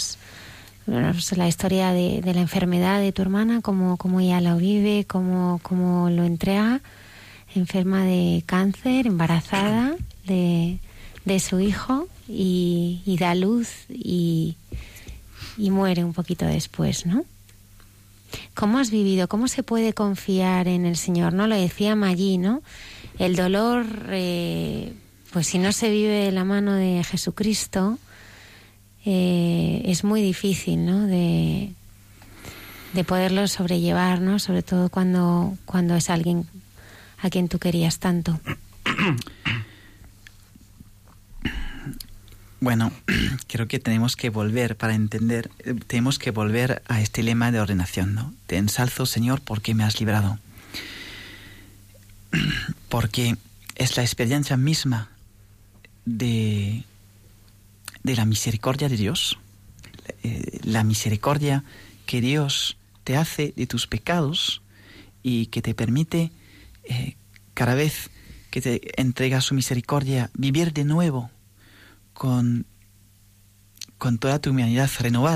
la historia de la enfermedad de tu hermana, cómo ella lo vive, cómo lo entrega, enferma de cáncer, embarazada de su hijo y da luz y muere un poquito después, ¿no? ¿Cómo has vivido? ¿Cómo se puede confiar en el Señor? ¿No? Lo decía Magí, ¿no? El dolor, pues si no se vive de la mano de Jesucristo, es muy difícil, ¿no?, de poderlo sobrellevar, ¿no? Sobre todo cuando es alguien a quien tú querías tanto. Bueno, creo que tenemos que volver, para entender, tenemos que volver a este lema de ordenación, ¿no? Te ensalzo, Señor, porque me has librado. Porque es la experiencia misma de la misericordia de Dios, la misericordia que Dios te hace de tus pecados y que te permite, cada vez que te entrega su misericordia, vivir de nuevo con toda tu humanidad renovada,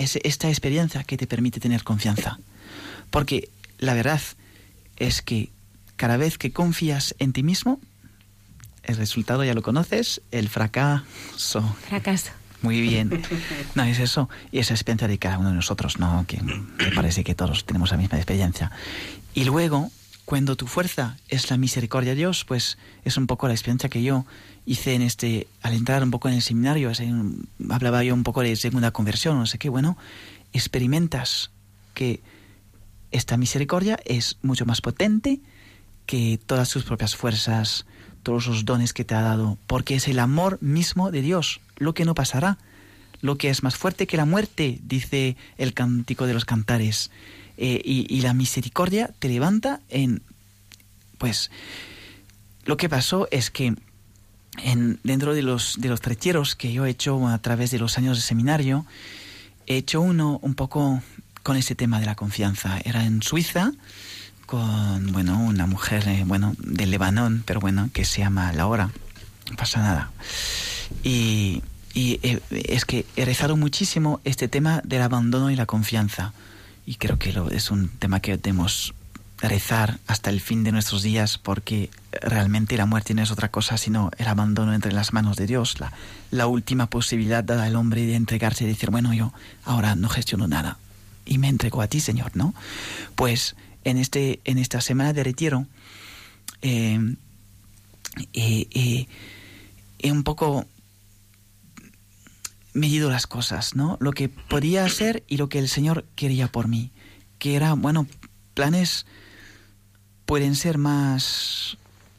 es esta experiencia que te permite tener confianza. Porque la verdad es que cada vez que confías en ti mismo, el resultado ya lo conoces, el fracaso. Muy bien. No, es eso. Y esa experiencia de cada uno de nosotros, ¿no? Que me parece que todos tenemos la misma experiencia. Y luego, cuando tu fuerza es la misericordia de Dios, pues es un poco la experiencia que yo hice al entrar un poco en el seminario. Hablaba yo un poco de segunda conversión, no sé qué. Bueno, experimentas que esta misericordia es mucho más potente que todas tus propias fuerzas, todos los dones que te ha dado, porque es el amor mismo de Dios lo que no pasará, lo que es más fuerte que la muerte, dice el Cántico de los Cantares, y la misericordia te levanta pues lo que pasó es que dentro de los retieros que yo he hecho a través de los años de seminario, he hecho uno un poco con ese tema de la confianza. Era en Suiza, con una mujer del Líbano, pero que se llama Laura, no pasa nada. Y es que he rezado muchísimo este tema del abandono y la confianza, y creo que es un tema que debemos rezar hasta el fin de nuestros días, porque realmente la muerte no es otra cosa sino el abandono entre las manos de Dios, la última posibilidad dada al hombre de entregarse y decir, yo ahora no gestiono nada y me entrego a ti, Señor, ¿no? Pues en esta semana de retiro he un poco medido las cosas, ¿no? Lo que podía hacer y lo que el Señor quería por mí, que era, planes pueden ser más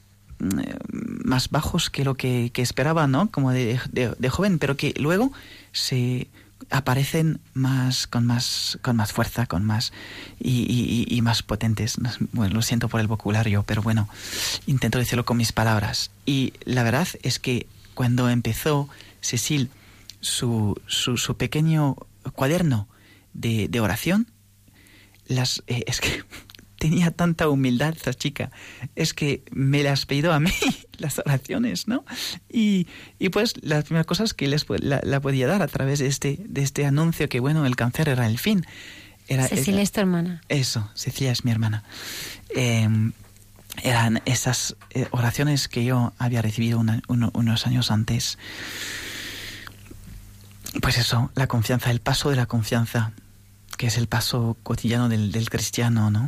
bajos que lo que esperaba, ¿no? Como de joven, pero que luego se aparecen con más fuerza, con más y más potentes. Lo siento por el vocabulario, pero intento decirlo con mis palabras. Y la verdad es que cuando empezó Cecil su pequeño cuaderno de oración, es que tenía tanta humildad esa chica, es que me las pidió a mí las oraciones, ¿no? Y pues las primeras cosas que la podía dar a través de este anuncio que el cáncer era el fin. Cecilia es tu hermana. Eso, Cecilia es mi hermana. Eran esas oraciones que yo había recibido unos años antes. Pues eso, la confianza, el paso de la confianza, que es el paso cotidiano del cristiano, ¿no?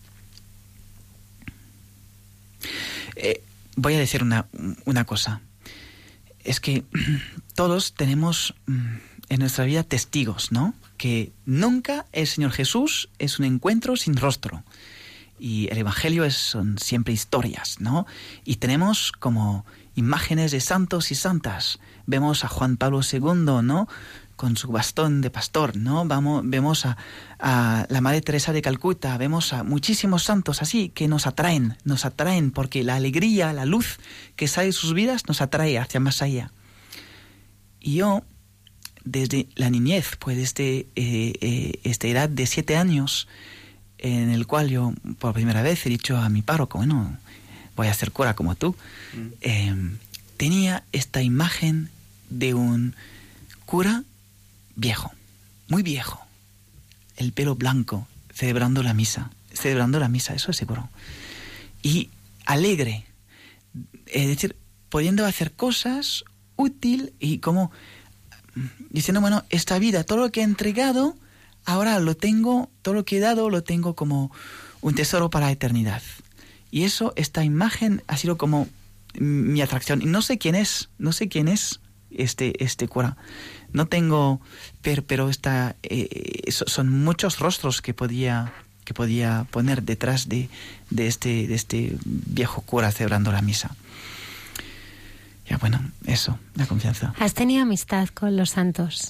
Voy a decir una cosa. Es que todos tenemos en nuestra vida testigos, ¿no? Que nunca el Señor Jesús es un encuentro sin rostro. Y el Evangelio son siempre historias, ¿no? Y tenemos como imágenes de santos y santas. Vemos a Juan Pablo II, ¿no? Con su bastón de pastor, ¿no? Vemos a la Madre Teresa de Calcuta, vemos a muchísimos santos así que nos atraen porque la alegría, la luz que sale de sus vidas nos atrae hacia más allá. Y yo, desde la niñez, pues desde esta edad de 7 años, en el cual yo por primera vez he dicho a mi párroco, voy a ser cura como tú, tenía esta imagen de un cura viejo, muy viejo, el pelo blanco, celebrando la misa, eso es seguro, y alegre, es decir, pudiendo hacer cosas útil y como diciendo, esta vida, todo lo que he entregado, ahora lo tengo, todo lo que he dado, lo tengo como un tesoro para la eternidad. Y esta imagen ha sido como mi atracción. Y no sé quién es este cura. No tengo, pero son muchos rostros que podía poner detrás de este viejo cura celebrando la misa. Ya, eso, la confianza. ¿Has tenido amistad con los santos?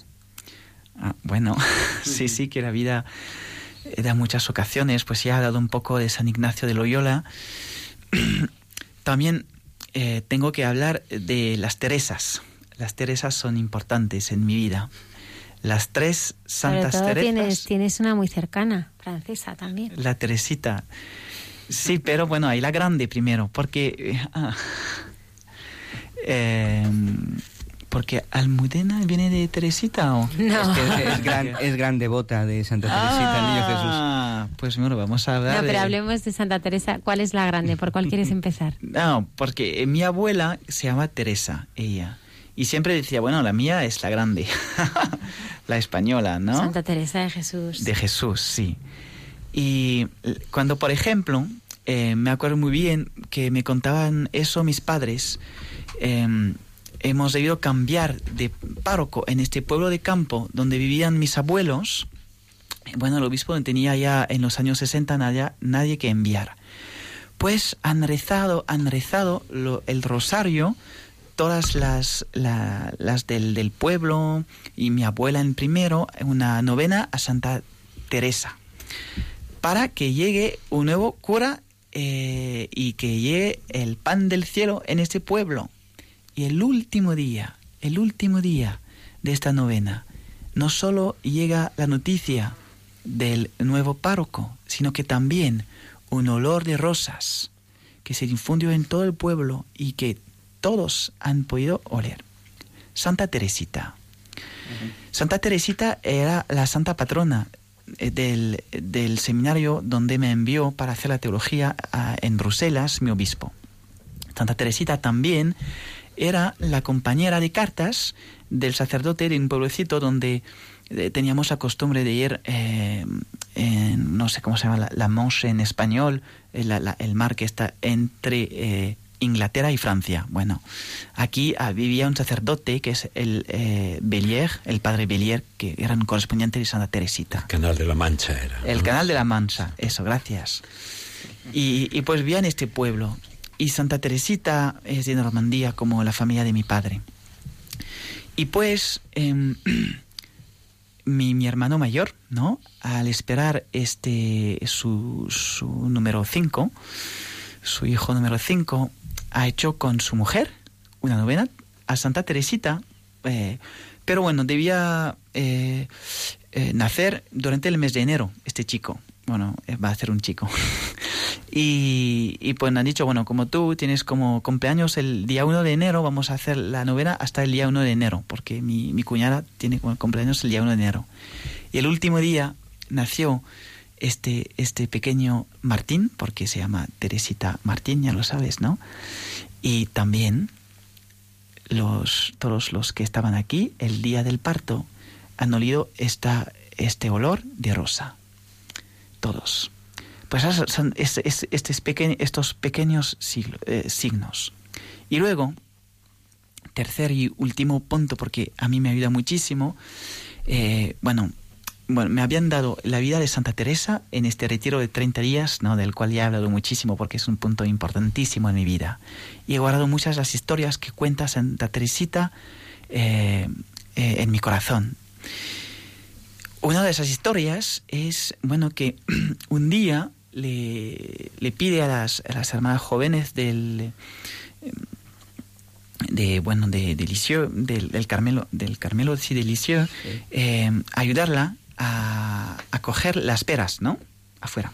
Sí, que la vida da muchas ocasiones, pues ya ha dado un poco de San Ignacio de Loyola. También tengo que hablar de las Teresas. Las Teresas son importantes en mi vida. Las 3 santas Teresas. Tienes una muy cercana, francesa también. La Teresita. Sí, pero ahí la grande primero, porque Porque Almudena viene de Teresita, ¿o? No. Es gran devota de Santa Teresita, el Niño Jesús. Pues bueno, vamos a hablar No, pero hablemos de Santa Teresa. ¿Cuál es la grande? ¿Por cuál quieres empezar? No, porque mi abuela se llama Teresa, ella. Y siempre decía, bueno, la mía es la grande, la española, ¿no? Santa Teresa de Jesús. De Jesús, sí. Y cuando, por ejemplo, me acuerdo muy bien que me contaban eso mis padres, hemos debido cambiar de párroco en este pueblo de campo donde vivían mis abuelos. Bueno, el obispo tenía ya en los años 60 nadie que enviar. Pues han rezado el rosario, todas las del pueblo, y mi abuela en primero, una novena a Santa Teresa, para que llegue un nuevo cura y que llegue el pan del cielo en este pueblo. Y el último día de esta novena, no solo llega la noticia del nuevo párroco, sino que también un olor de rosas que se difundió en todo el pueblo y que todos han podido oler. Santa Teresita. Santa Teresita era la santa patrona del seminario donde me envió para hacer la teología en Bruselas, mi obispo. Santa Teresita también era la compañera de cartas del sacerdote de un pueblecito donde teníamos la costumbre de ir, no sé cómo se llama, la Manche en español, el mar que está entre Inglaterra y Francia. Bueno, aquí vivía un sacerdote que es el Bellier, el padre Bellier, que era un correspondiente de Santa Teresita. El Canal de la Mancha era. El Canal de la Mancha, eso, gracias. Y pues vivía en este pueblo. Y Santa Teresita es de Normandía, como la familia de mi padre. Y pues mi hermano mayor, ¿no? Al esperar su número 5, su hijo número 5, ha hecho con su mujer una novena a Santa Teresita, pero bueno, debía nacer durante el mes de enero este chico. Bueno, va a ser un chico. Y pues me han dicho, bueno, como tú tienes como cumpleaños el día 1 de enero, vamos a hacer la novena hasta el día 1 de enero, porque mi cuñada tiene como cumpleaños el día 1 de enero. Y el último día nació este pequeño Martín, porque se llama Teresita Martín, ya lo sabes, ¿no? Y también todos los que estaban aquí el día del parto han olido este olor de rosa. Todos. Pues son estos pequeños signos. Y luego, tercer y último punto, porque a mí me ayuda muchísimo, bueno, me habían dado la vida de Santa Teresa en este retiro de 30 días, ¿no? Del cual ya he hablado muchísimo porque es un punto importantísimo en mi vida. Y he guardado muchas las historias que cuenta Santa Teresita en mi corazón. Una de esas historias es, bueno, que un día le pide a las hermanas jóvenes del Lisieux, del Carmelo sí, de Lisieux, ayudarla a coger las peras, ¿no? Afuera.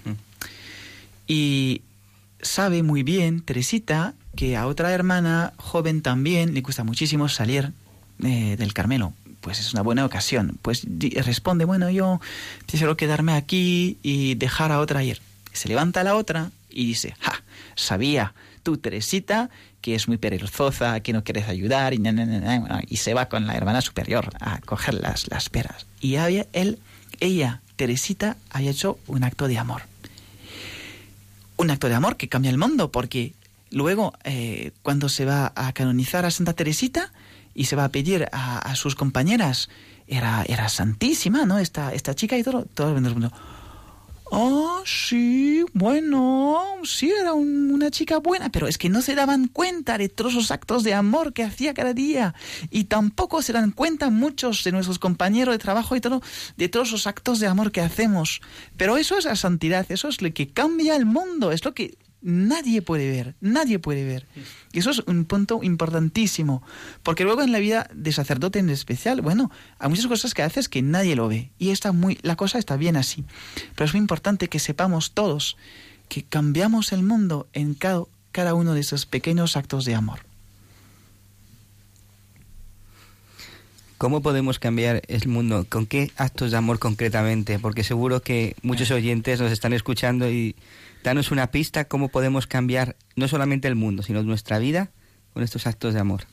Y sabe muy bien Teresita que a otra hermana joven también le cuesta muchísimo salir del Carmelo. Pues es una buena ocasión. Pues responde, bueno, yo quisiera quedarme aquí y dejar a otra ir. Se levanta la otra y dice, ¡ja! Sabía tú, Teresita, que es muy perezosa, que no quieres ayudar, y se va con la hermana superior a coger las peras. Y ella, Teresita, había hecho un acto de amor. Un acto de amor que cambia el mundo, porque luego, cuando se va a canonizar a Santa Teresita, y se va a pedir a sus compañeras, era santísima, ¿no? Esta chica, y todo el mundo. Oh, sí, bueno, sí, era una chica buena, pero es que no se daban cuenta de todos los actos de amor que hacía cada día, y tampoco se dan cuenta muchos de nuestros compañeros de trabajo y todo, de todos los actos de amor que hacemos. Pero eso es la santidad, eso es lo que cambia el mundo, es lo que nadie puede ver. Y eso es un punto importantísimo, porque luego en la vida de sacerdote en especial, bueno, hay muchas cosas que haces que nadie lo ve, y la cosa está bien así. Pero es muy importante que sepamos todos que cambiamos el mundo en cada uno de esos pequeños actos de amor. ¿Cómo podemos cambiar el mundo? ¿Con qué actos de amor concretamente? Porque seguro que muchos oyentes nos están escuchando y danos una pista cómo podemos cambiar no solamente el mundo, sino nuestra vida con estos actos de amor.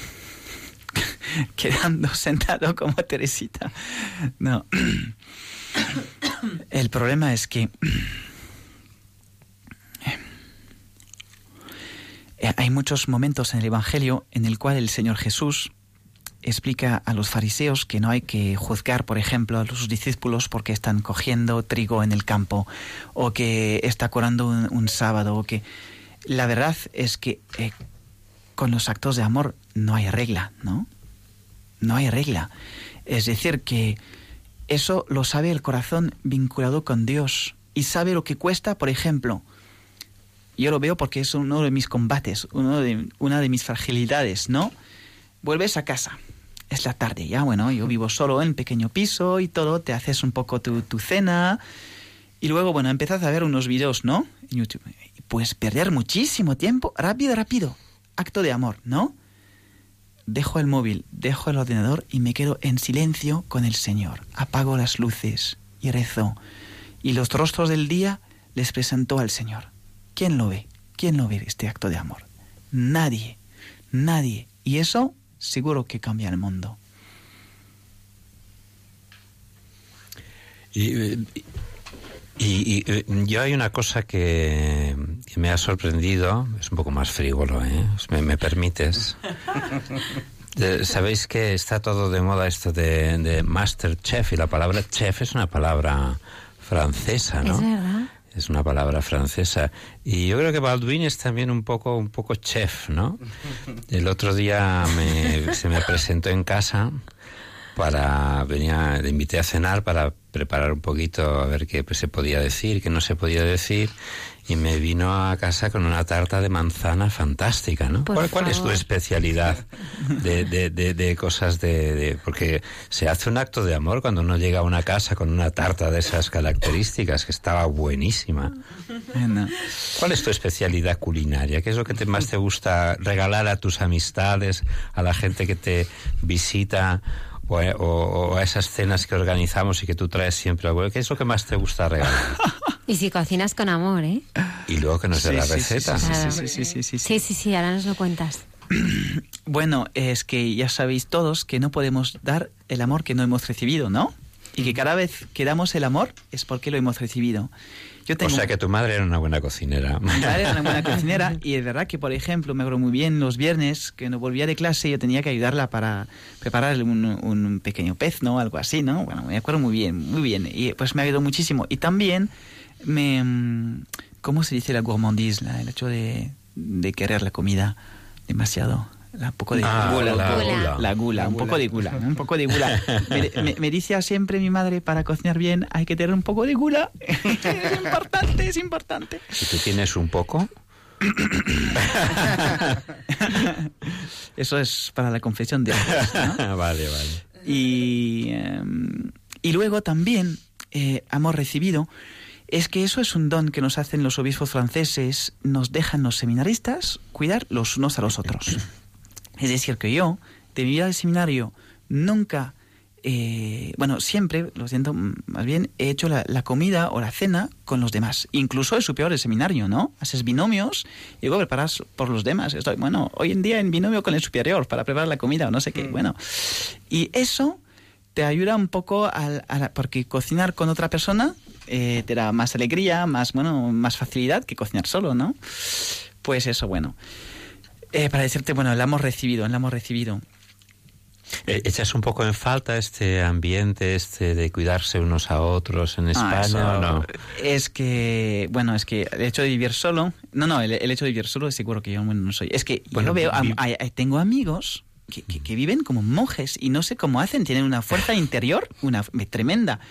Quedando sentado como Teresita. No. El problema es que hay muchos momentos en el Evangelio en el cual el Señor Jesús explica a los fariseos que no hay que juzgar, por ejemplo, a sus discípulos porque están cogiendo trigo en el campo o que está curando un sábado, o que la verdad es que con los actos de amor no hay regla, ¿no? No hay regla. Es decir, que eso lo sabe el corazón vinculado con Dios y sabe lo que cuesta, por ejemplo. Yo lo veo porque es uno de mis combates, una de mis fragilidades, ¿no? Vuelves a casa. Es la tarde, ya bueno, yo vivo solo en pequeño piso y todo, te haces un poco tu cena y luego, bueno, empiezas a ver unos videos, ¿no? En YouTube. Puedes perder muchísimo tiempo, rápido, acto de amor, ¿no? Dejo el móvil, dejo el ordenador y me quedo en silencio con el Señor. Apago las luces y rezo. Y los rostros del día les presento al Señor. ¿Quién lo ve? ¿Quién lo ve este acto de amor? Nadie. Y eso seguro que cambia el mundo. Y yo hay una cosa que me ha sorprendido, es un poco más frívolo, ¿eh? ¿Me permites? Sabéis que está todo de moda esto de Masterchef, y la palabra chef es una palabra francesa, ¿no? Es verdad. Es una palabra francesa. Y yo creo que Baldwin es también un poco chef, ¿no? El otro día se me presentó en casa le invité a cenar para preparar un poquito a ver qué se podía decir, qué no se podía decir, y me vino a casa con una tarta de manzana fantástica, ¿no? ¿Cuál es tu especialidad de cosas porque se hace un acto de amor cuando uno llega a una casa con una tarta de esas características, que estaba buenísima. Bueno. ¿Cuál es tu especialidad culinaria? ¿Qué es lo que más te gusta regalar a tus amistades, a la gente que te visita, o a esas cenas que organizamos y que tú traes siempre? ¿Qué es lo que más te gusta regalar? Y si cocinas con amor, ¿eh? Y luego que nos dé la receta. Sí, ahora nos lo cuentas. Bueno, es que ya sabéis todos que no podemos dar el amor que no hemos recibido, ¿no? Y que cada vez que damos el amor es porque lo hemos recibido. O sea que tu madre era una buena cocinera. Mi madre era una buena cocinera, y es verdad que, por ejemplo, me acuerdo muy bien los viernes que no volvía de clase, yo tenía que ayudarla para preparar un pequeño pez, ¿no? Algo así, ¿no? Bueno, me acuerdo muy bien. Y pues me ayudó muchísimo. Y también ¿cómo se dice la gourmandise? El hecho de querer la comida demasiado. Un poco de gula. La gula, un poco de gula. Me dice siempre mi madre, para cocinar bien hay que tener un poco de gula. Es importante. ¿Y tú tienes un poco? Eso es para la confesión de Dios, ¿no? Vale. Y luego también, amor recibido, es que eso es un don que nos hacen los obispos franceses, nos dejan los seminaristas cuidar los unos a los otros. Es decir, que yo, de mi vida de seminario, nunca, siempre, lo siento, más bien, he hecho la comida o la cena con los demás. Incluso es superior del seminario, ¿no? Haces binomios y luego preparas por los demás. Estoy, hoy en día en binomio con el superior para preparar la comida o no sé qué. Y eso te ayuda un poco porque cocinar con otra persona te da más alegría, más facilidad que cocinar solo, ¿no? Pues eso, para decirte, el amor recibido. ¿Echas un poco en falta este ambiente de cuidarse unos a otros en España o no? Es que, el hecho de vivir solo... el hecho de vivir solo es seguro que yo no soy. Es que yo veo, tengo amigos que viven como monjes y no sé cómo hacen, tienen una fuerza interior, una tremenda.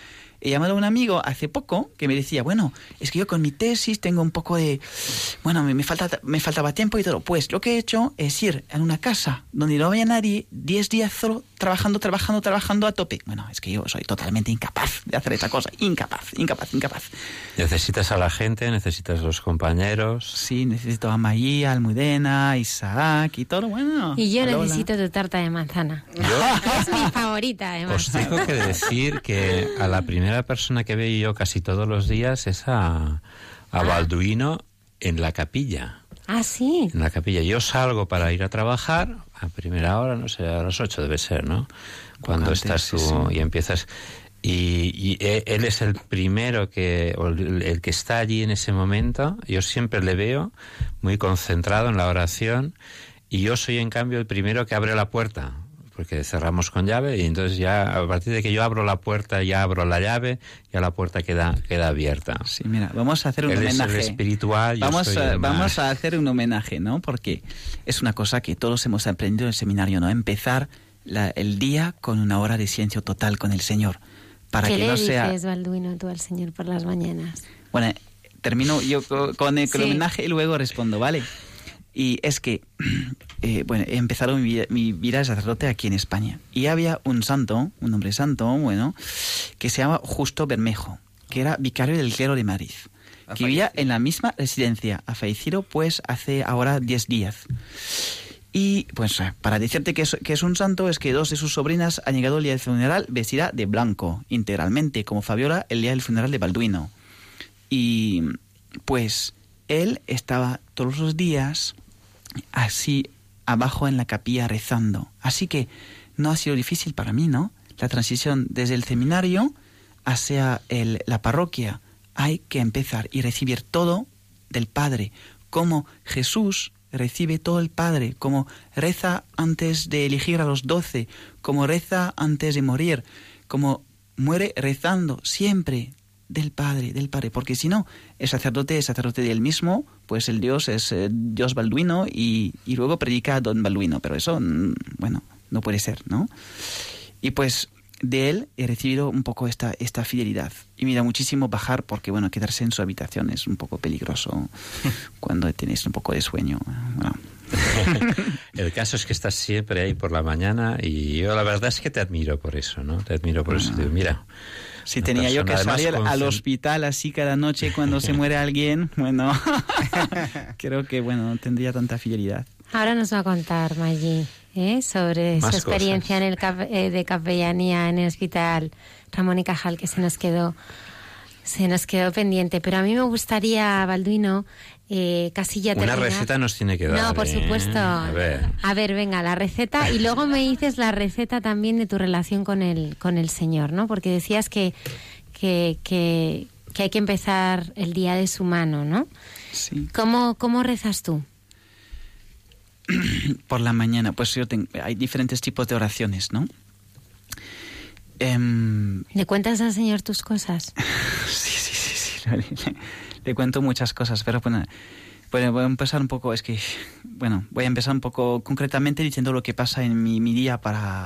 he llamado a un amigo hace poco que me decía, bueno, es que yo con mi tesis tengo un poco de... Bueno, me faltaba tiempo y todo. Pues lo que he hecho es ir a una casa donde no había nadie, 10 días solo trabajando a tope. Bueno, es que yo soy totalmente incapaz de hacer esa cosa. Incapaz. Necesitas a la gente, necesitas a los compañeros. Sí, necesito a Mayí, a Almudena, a Isaac y todo, bueno. Y yo a Lola. necesito tu tarta de manzana. Es mi favorita, además. Os tengo que decir que a la primera persona que veo yo casi todos los días es a Balduino en la capilla. Ah, sí. En la capilla. Yo salgo para ir a trabajar a primera hora, no sé, a las 8 debe ser, ¿no? Cuando Antes, estás tú sí. y empiezas... Y él es el primero el que está allí en ese momento. Yo siempre le veo muy concentrado en la oración y yo soy en cambio el primero que abre la puerta, porque cerramos con llave y entonces ya a partir de que yo abro la puerta, ya abro la llave, ya la puerta queda abierta. Sí, mira, vamos a hacer un Él homenaje. es el espiritual, yo vamos soy el más... Vamos a hacer un homenaje, ¿no? Porque es una cosa que todos hemos aprendido en el seminario, ¿no? Empezar el día con una hora de silencio total con el Señor. Para ¿Qué que le no dices, sea... Balduino, tú al Señor por las mañanas? Bueno, termino yo con el Sí. homenaje y luego respondo, ¿vale? Y es que, bueno, he empezado mi vida de sacerdote aquí en España. Y había un hombre santo, bueno, que se llama Justo Bermejo, que era vicario del clero de Madrid, que vivía en la misma residencia. Ha fallecido, pues, hace ahora 10 días. Y, pues, para decirte que es un santo, es que 2 de sus sobrinas han llegado el día del funeral vestida de blanco, integralmente, como Fabiola el día del funeral de Balduino. Y, pues, él estaba todos los días así abajo en la capilla rezando. Así que no ha sido difícil para mí, ¿no? La transición desde el seminario hacia la parroquia. Hay que empezar y recibir todo del Padre, como Jesús recibe todo el Padre, como reza antes de elegir a los 12, como reza antes de morir, como muere rezando siempre del Padre, porque si no, el sacerdote es sacerdote de él mismo, pues el Dios es Dios Balduino y luego predica a Don Balduino, pero eso, bueno, no puede ser, ¿no? Y pues de él he recibido un poco esta fidelidad. Y me da muchísimo bajar porque, bueno, quedarse en su habitación es un poco peligroso cuando tenéis un poco de sueño. Bueno. El caso es que estás siempre ahí por la mañana y yo la verdad es que te admiro por eso, ¿no? Te admiro por eso. Digo, mira... Si tenía yo que salir al hospital así cada noche cuando se muere alguien, bueno, creo que, bueno, no tendría tanta fidelidad. Ahora nos va a contar Mayí sobre su experiencia de capellanía en el hospital Ramón y Cajal, que se nos quedó pendiente. Pero a mí me gustaría, Balduino, casi ya terminar. Una receta nos tiene que dar. No, por supuesto. A ver, venga, la receta. Y luego me dices la receta también de tu relación con el Señor, ¿no? Porque decías que hay que empezar el día de su mano, ¿no? Sí. ¿Cómo rezas tú? Por la mañana, pues hay diferentes tipos de oraciones, ¿no? ¿Le cuentas al Señor tus cosas? Sí. Le cuento muchas cosas, pero bueno, voy a empezar un poco, voy a empezar un poco concretamente diciendo lo que pasa en mi día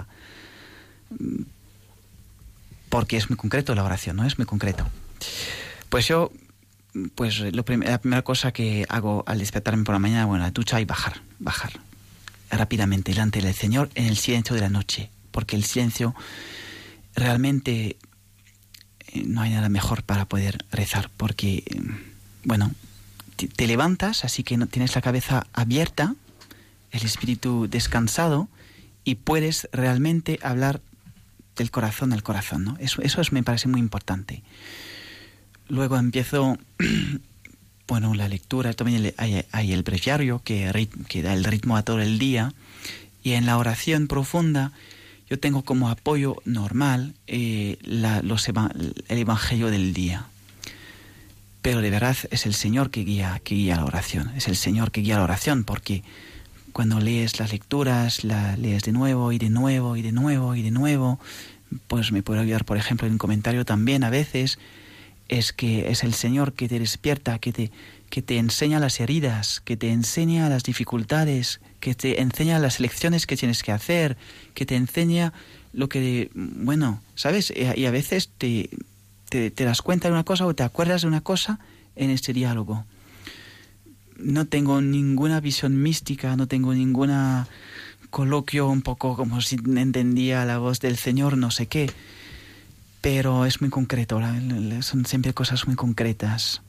porque es muy concreto la oración, ¿no? Es muy concreto. Pues yo, la primera cosa que hago al despertarme por la mañana, bueno, la ducha y bajar rápidamente delante del Señor en el silencio de la noche, porque el silencio realmente no hay nada mejor para poder rezar, porque, bueno, te levantas, así que no tienes la cabeza abierta, el espíritu descansado, y puedes realmente hablar del corazón al corazón, ¿no? Eso me parece muy importante. Luego empiezo, bueno, la lectura, también hay el breviario que da el ritmo a todo el día, y en la oración profunda yo tengo como apoyo normal el Evangelio del día. Pero de verdad es el Señor que guía la oración. Es el Señor que guía la oración, porque cuando lees las lecturas, la lees de nuevo y de nuevo y de nuevo y de nuevo, pues me puede ayudar, por ejemplo, en un comentario también a veces, es que es el Señor que te despierta, que te enseña las heridas, que te enseña las dificultades, que te enseña las lecciones que tienes que hacer, que te enseña lo que, bueno, ¿sabes? Y a veces te te das cuenta de una cosa o te acuerdas de una cosa en este diálogo. No tengo ninguna visión mística, no tengo ninguna coloquio un poco como si entendía la voz del Señor, no sé qué, pero es muy concreto, son siempre cosas muy concretas.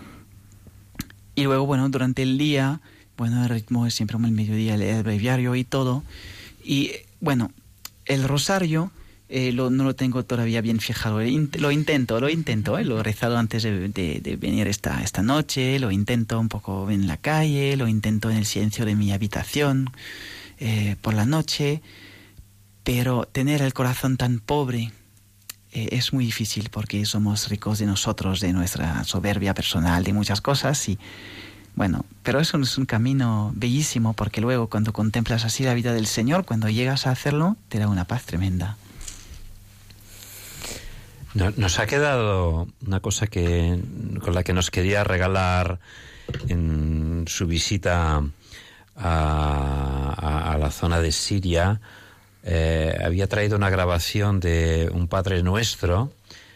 Y luego, bueno, durante el día, bueno, el ritmo es siempre como el mediodía, el breviario y todo. Y bueno, el rosario no lo tengo todavía bien fijado. Lo intento, lo he rezado antes de venir esta noche, lo intento un poco en la calle, lo intento en el silencio de mi habitación por la noche, pero tener el corazón tan pobre es muy difícil porque somos ricos de nosotros, de nuestra soberbia personal, de muchas cosas y bueno, pero eso es un camino bellísimo porque luego cuando contemplas así la vida del Señor, cuando llegas a hacerlo, te da una paz tremenda. Nos ha quedado una cosa con la que nos quería regalar en su visita a la zona de Siria. Había traído una grabación de un Padre Nuestro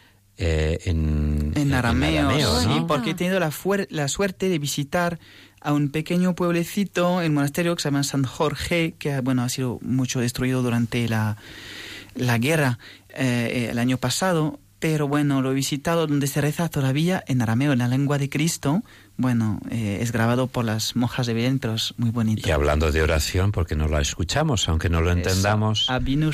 en arameo, sí, ¿no? porque he tenido la suerte de visitar a un pequeño pueblecito, el monasterio que se llama San Jorge, que bueno, ha sido mucho destruido durante la guerra el año pasado, pero bueno, lo he visitado donde se reza todavía en arameo, en la lengua de Cristo. Bueno, es grabado por las monjas de Belén, pero es muy bonito. Y hablando de oración, porque no la escuchamos, aunque no lo entendamos.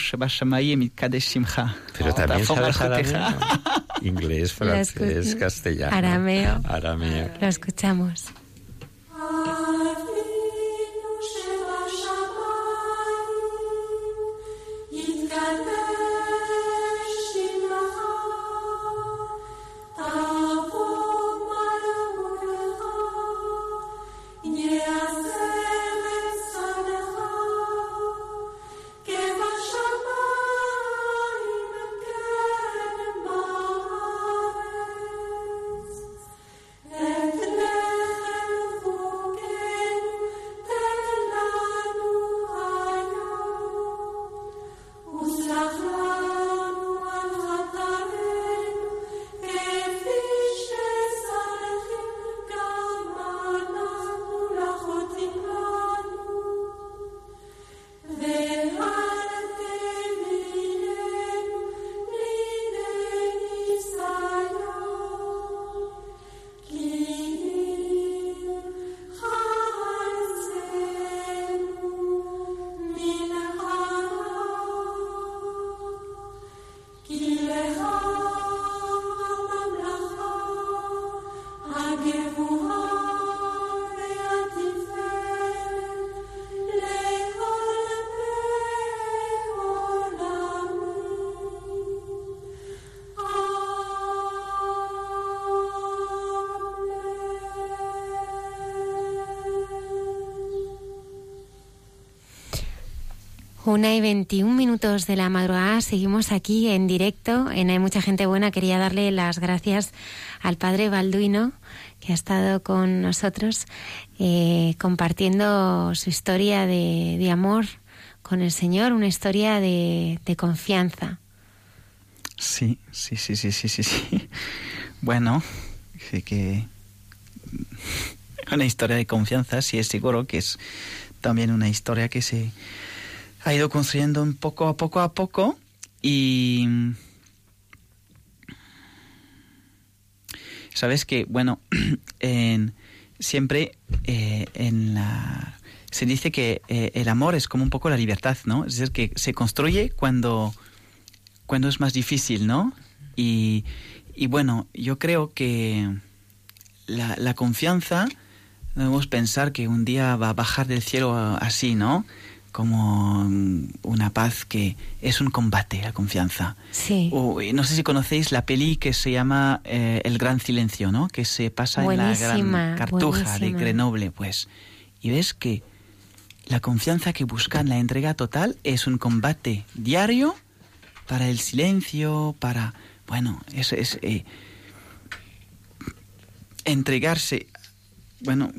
Pero también sabes arameo, inglés, francés, castellano. Arameo. Lo escuchamos. Una y 21 minutos de la madrugada, seguimos aquí en directo en Hay Mucha Gente Buena. Quería darle las gracias al padre Balduino, que ha estado con nosotros compartiendo su historia de amor con el Señor, una historia de confianza. Sí. Bueno, sí que una historia de confianza, sí es seguro que es también una historia que se ha ido construyendo un poco a poco y sabes que bueno siempre se dice que el amor es como un poco la libertad, ¿no? Es decir, que se construye cuando es más difícil, ¿no? Y bueno, yo creo que la confianza, no debemos pensar que un día va a bajar del cielo así, ¿no? Como una paz, que es un combate, la confianza. Sí. No sé si conocéis la peli que se llama El Gran Silencio, ¿no? Que se pasa buenísima, en la Gran Cartuja buenísima. de Grenoble, pues. Y ves que la confianza que buscan, la entrega total, es un combate diario para el silencio, para... Bueno, eso es entregarse, bueno...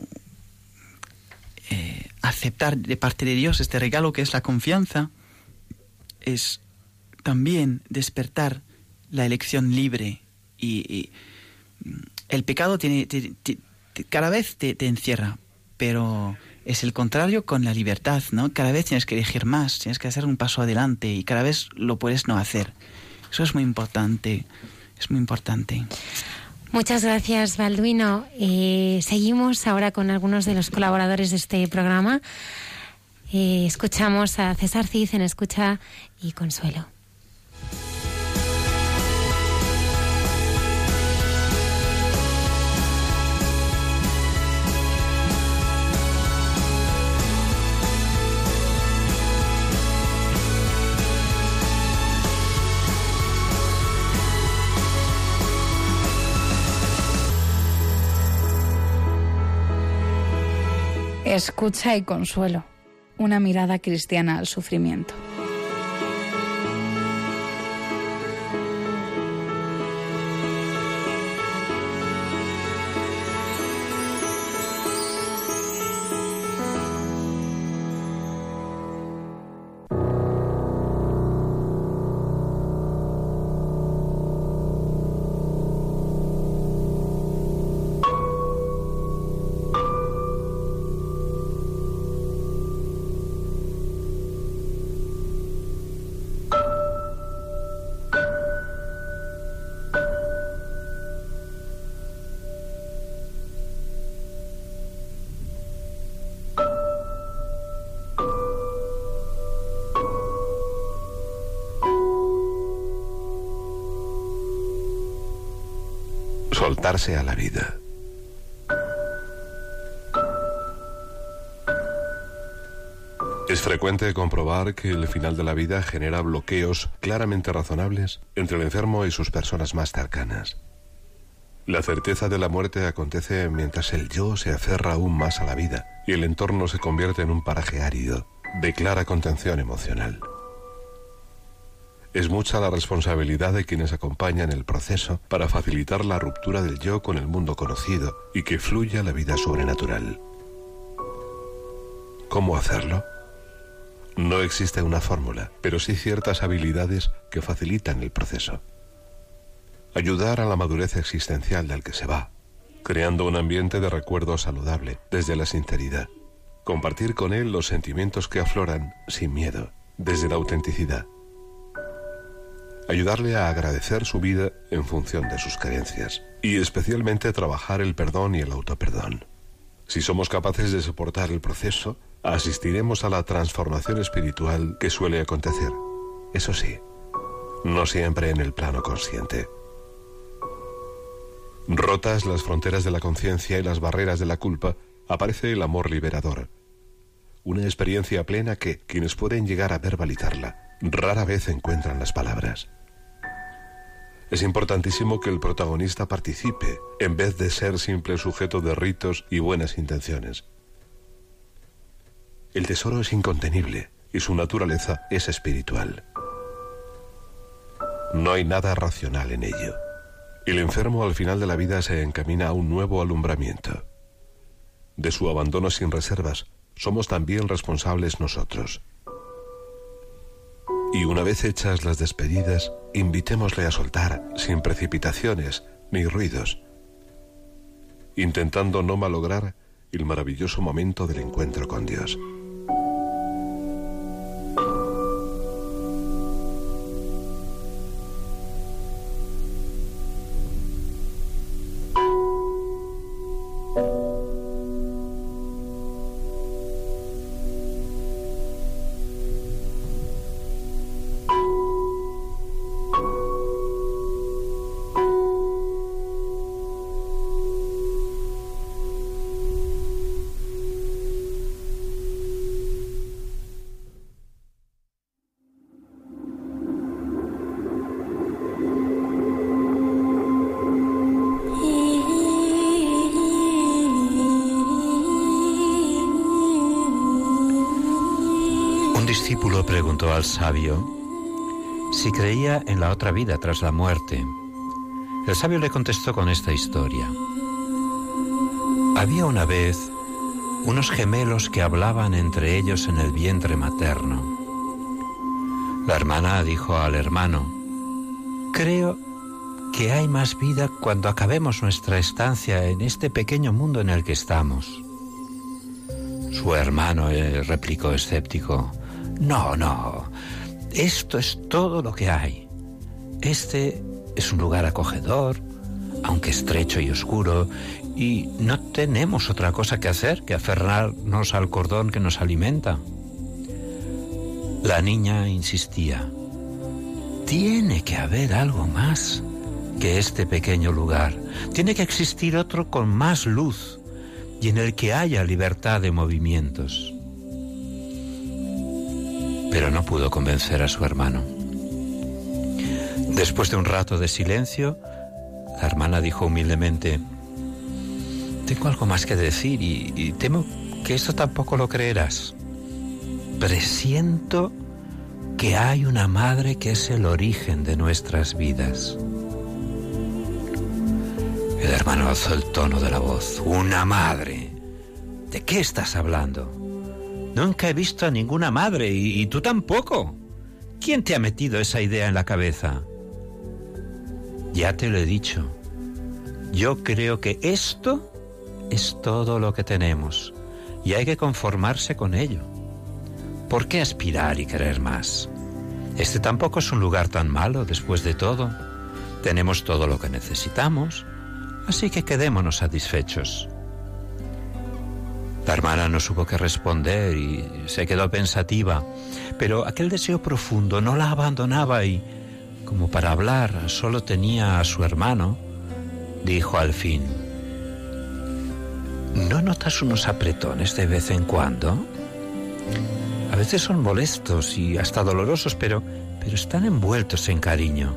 aceptar de parte de Dios este regalo que es la confianza, es también despertar la elección libre y el pecado cada vez te encierra, pero es el contrario con la libertad, ¿no? Cada vez tienes que elegir más, tienes que hacer un paso adelante y cada vez lo puedes no hacer. Eso es muy importante, es muy importante. Muchas gracias, Balduino. Seguimos ahora con algunos de los colaboradores de este programa. Escuchamos a César Cid en Escucha y Consuelo. Escucha y Consuelo, una mirada cristiana al sufrimiento. Soltarse a la vida. Es frecuente comprobar que el final de la vida genera bloqueos claramente razonables entre el enfermo y sus personas más cercanas. La certeza de la muerte acontece mientras el yo se aferra aún más a la vida y el entorno se convierte en un paraje árido, de clara contención emocional. Es mucha la responsabilidad de quienes acompañan el proceso para facilitar la ruptura del yo con el mundo conocido y que fluya la vida sobrenatural. ¿Cómo hacerlo? No existe una fórmula, pero sí ciertas habilidades que facilitan el proceso. Ayudar a la madurez existencial del que se va, creando un ambiente de recuerdo saludable desde la sinceridad. Compartir con él los sentimientos que afloran sin miedo, desde la autenticidad. Ayudarle a agradecer su vida en función de sus creencias y especialmente trabajar el perdón y el autoperdón. Si somos capaces de soportar el proceso, asistiremos a la transformación espiritual que suele acontecer. Eso sí, no siempre en el plano consciente. Rotas las fronteras de la conciencia y las barreras de la culpa, aparece el amor liberador. Una experiencia plena que quienes pueden llegar a verbalizarla rara vez encuentran las palabras. Es importantísimo que el protagonista participe, en vez de ser simple sujeto de ritos y buenas intenciones. El tesoro es incontenible y su naturaleza es espiritual. No hay nada racional en ello. El enfermo al final de la vida se encamina a un nuevo alumbramiento. De su abandono sin reservas, somos también responsables nosotros. Y una vez hechas las despedidas, invitémosle a soltar sin precipitaciones ni ruidos, intentando no malograr el maravilloso momento del encuentro con Dios. discípulo preguntó al sabio si creía en la otra vida tras la muerte. El sabio le contestó con esta historia. Había una vez unos gemelos que hablaban entre ellos en el vientre materno. La hermana dijo al hermano: creo que hay más vida cuando acabemos nuestra estancia en este pequeño mundo en el que estamos. Su hermano replicó escéptico: No, esto es todo lo que hay. Este es un lugar acogedor, aunque estrecho y oscuro, y no tenemos otra cosa que hacer que aferrarnos al cordón que nos alimenta. La niña insistía: tiene que haber algo más que este pequeño lugar. Tiene que existir otro con más luz y en el que haya libertad de movimientos. Pero no pudo convencer a su hermano. Después de un rato de silencio, la hermana dijo humildemente: tengo algo más que decir y temo que esto tampoco lo creerás. Presiento que hay una madre que es el origen de nuestras vidas. El hermano alzó el tono de la voz. ¿Una madre? ¿De qué estás hablando? Nunca he visto a ninguna madre y tú tampoco. ¿Quién te ha metido esa idea en la cabeza? Ya te lo he dicho. Yo creo que esto es todo lo que tenemos y hay que conformarse con ello. ¿Por qué aspirar y querer más? Este tampoco es un lugar tan malo, después de todo. Tenemos todo lo que necesitamos, así que quedémonos satisfechos. La hermana no supo qué responder y se quedó pensativa, pero aquel deseo profundo no la abandonaba y, como para hablar solo tenía a su hermano, dijo al fin: ¿no notas unos apretones de vez en cuando? A veces son molestos y hasta dolorosos, pero están envueltos en cariño.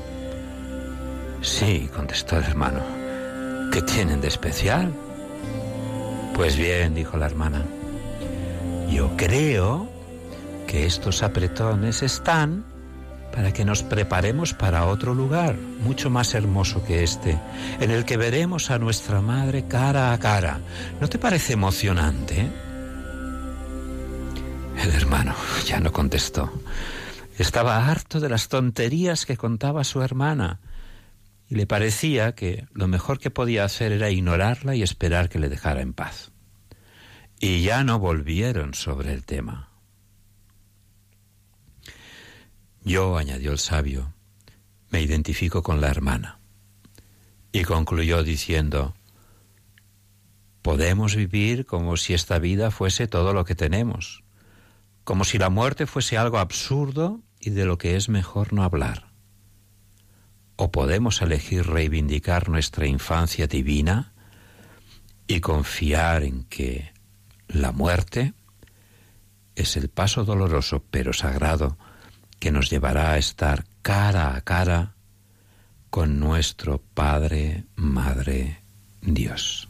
Sí, contestó el hermano. ¿Qué tienen de especial? Pues bien, dijo la hermana, yo creo que estos apretones están para que nos preparemos para otro lugar, mucho más hermoso que este, en el que veremos a nuestra madre cara a cara. ¿No te parece emocionante? El hermano ya no contestó. Estaba harto de las tonterías que contaba su hermana y le parecía que lo mejor que podía hacer era ignorarla y esperar que le dejara en paz. Y ya no volvieron sobre el tema. Yo, añadió el sabio, me identifico con la hermana. Y concluyó diciendo: podemos vivir como si esta vida fuese todo lo que tenemos, como si la muerte fuese algo absurdo y de lo que es mejor no hablar. O podemos elegir reivindicar nuestra infancia divina y confiar en que la muerte es el paso doloroso pero sagrado que nos llevará a estar cara a cara con nuestro Padre, Madre, Dios.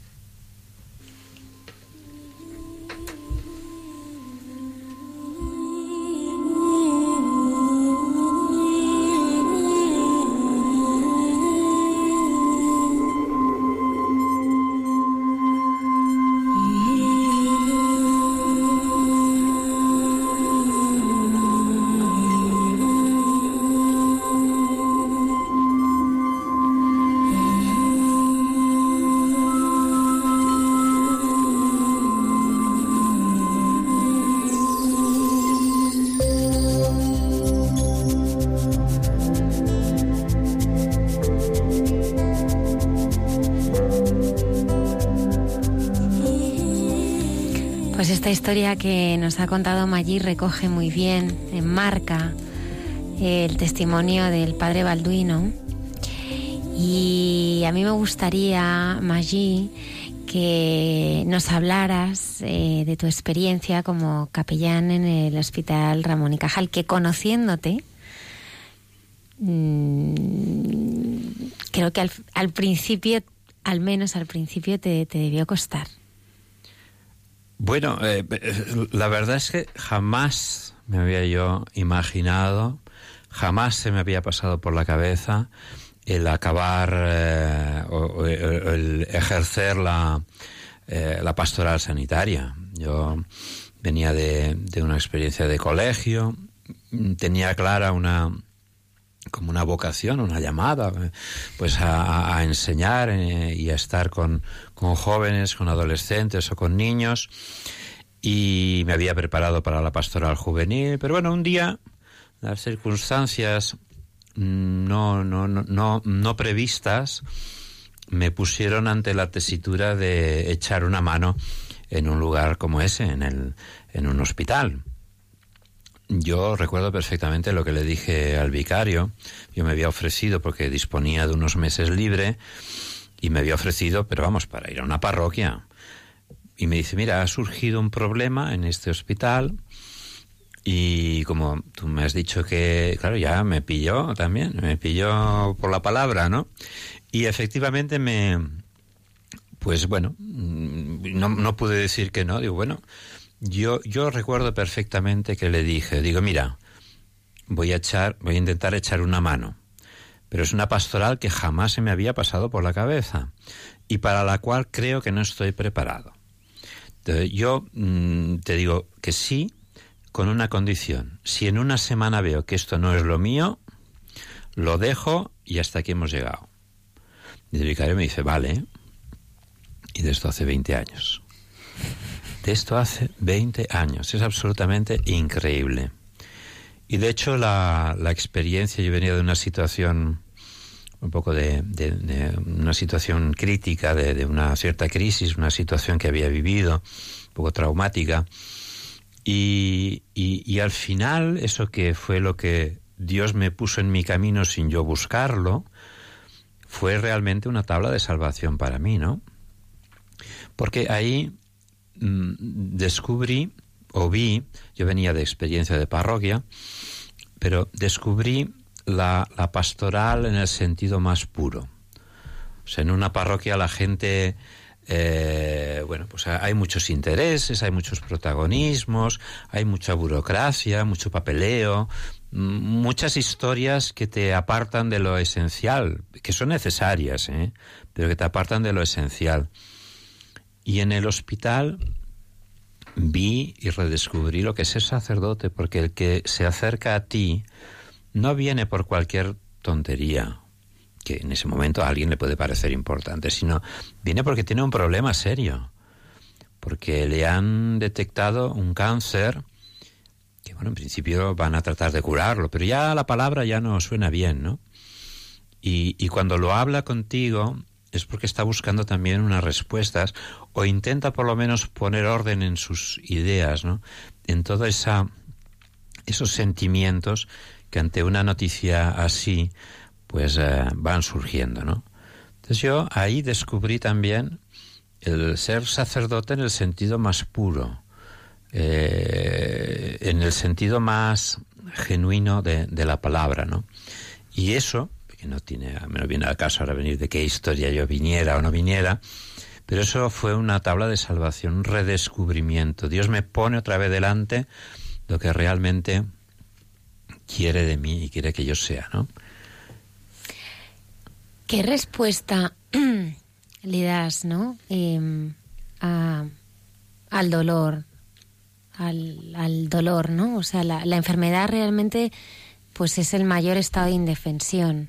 Pues esta historia que nos ha contado Magí recoge muy bien, enmarca el testimonio del padre Balduino. Y a mí me gustaría, Magí, que nos hablaras de tu experiencia como capellán en el Hospital Ramón y Cajal, que conociéndote, creo que al principio, al menos al principio, te debió costar. Bueno, la verdad es que jamás me había yo imaginado, jamás se me había pasado por la cabeza el acabar o el ejercer la pastoral sanitaria. Yo venía de una experiencia de colegio, tenía clara una como una vocación, una llamada, pues a enseñar y a estar con jóvenes, con adolescentes o con niños, y me había preparado para la pastoral juvenil, pero bueno, un día las circunstancias no previstas me pusieron ante la tesitura de echar una mano en un lugar como ese, en un hospital. Yo recuerdo perfectamente lo que le dije al vicario. Yo me había ofrecido, porque disponía de unos meses libre, y me había ofrecido, pero vamos, para ir a una parroquia. Y me dice, mira, ha surgido un problema en este hospital, y como tú me has dicho que, claro, ya me pilló por la palabra, ¿no? Y efectivamente pues bueno, no pude decir que no. Digo, bueno, yo recuerdo perfectamente que le dije, digo, mira, voy a intentar echar una mano, pero es una pastoral que jamás se me había pasado por la cabeza y para la cual creo que no estoy preparado. Entonces, yo te digo que sí, con una condición: si en una semana veo que esto no es lo mío, lo dejo y hasta aquí hemos llegado. Y el vicario me dice, vale. Y de esto hace 20 años. De esto hace 20 años. Es absolutamente increíble. Y de hecho la experiencia, yo venía de una situación, un poco de una situación crítica, de una cierta crisis, una situación que había vivido, un poco traumática. Y al final, eso que fue lo que Dios me puso en mi camino sin yo buscarlo, fue realmente una tabla de salvación para mí, ¿no? Porque ahí descubrí, o vi, yo venía de experiencia de parroquia, pero descubrí la pastoral en el sentido más puro. O sea, en una parroquia la gente, pues hay muchos intereses, hay muchos protagonismos, hay mucha burocracia, mucho papeleo, muchas historias que te apartan de lo esencial, que son necesarias, pero que te apartan de lo esencial. Y en el hospital vi y redescubrí lo que es ser sacerdote, porque el que se acerca a ti no viene por cualquier tontería, que en ese momento a alguien le puede parecer importante, sino viene porque tiene un problema serio, porque le han detectado un cáncer que, bueno, en principio van a tratar de curarlo, pero ya la palabra ya no suena bien, ¿no? Y cuando lo habla contigo es porque está buscando también unas respuestas, o intenta por lo menos poner orden en sus ideas, ¿no? En todo esos sentimientos que ante una noticia así pues van surgiendo, ¿no? Entonces yo ahí descubrí también el ser sacerdote en el sentido más puro, en el sentido más genuino de la palabra, ¿no? Y eso, que no viene al caso ahora venir de qué historia yo viniera o no viniera, pero eso fue una tabla de salvación, un redescubrimiento. Dios me pone otra vez delante lo que realmente quiere de mí y quiere que yo sea, ¿no? ¿Qué respuesta le das, ¿no? Al dolor, al dolor, ¿no? O sea, la enfermedad realmente pues es el mayor estado de indefensión.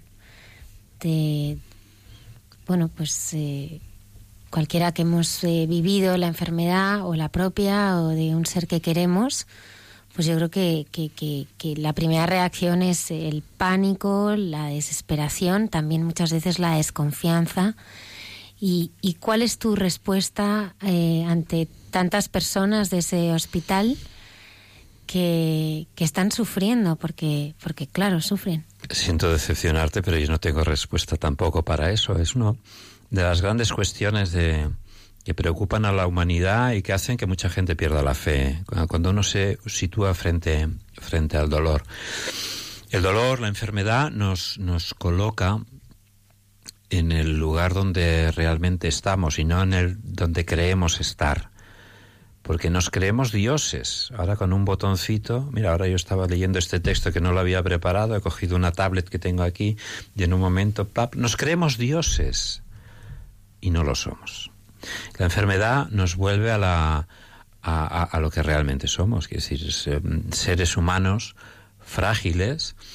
Cualquiera que hemos vivido la enfermedad o la propia o de un ser que queremos, pues yo creo que la primera reacción es el pánico, la desesperación, también muchas veces la desconfianza. ¿Y cuál es tu respuesta ante tantas personas de ese hospital que están sufriendo? Porque claro, sufren. Siento decepcionarte, pero yo no tengo respuesta tampoco para eso. Es una de las grandes cuestiones que preocupan a la humanidad y que hacen que mucha gente pierda la fe cuando uno se sitúa frente al dolor. El dolor, la enfermedad, nos coloca en el lugar donde realmente estamos y no en el donde creemos estar, porque nos creemos dioses. Ahora con un botoncito, mira, ahora yo estaba leyendo este texto que no lo había preparado, he cogido una tablet que tengo aquí y en un momento, nos creemos dioses y no lo somos. La enfermedad nos vuelve a lo que realmente somos, que es decir, seres humanos frágiles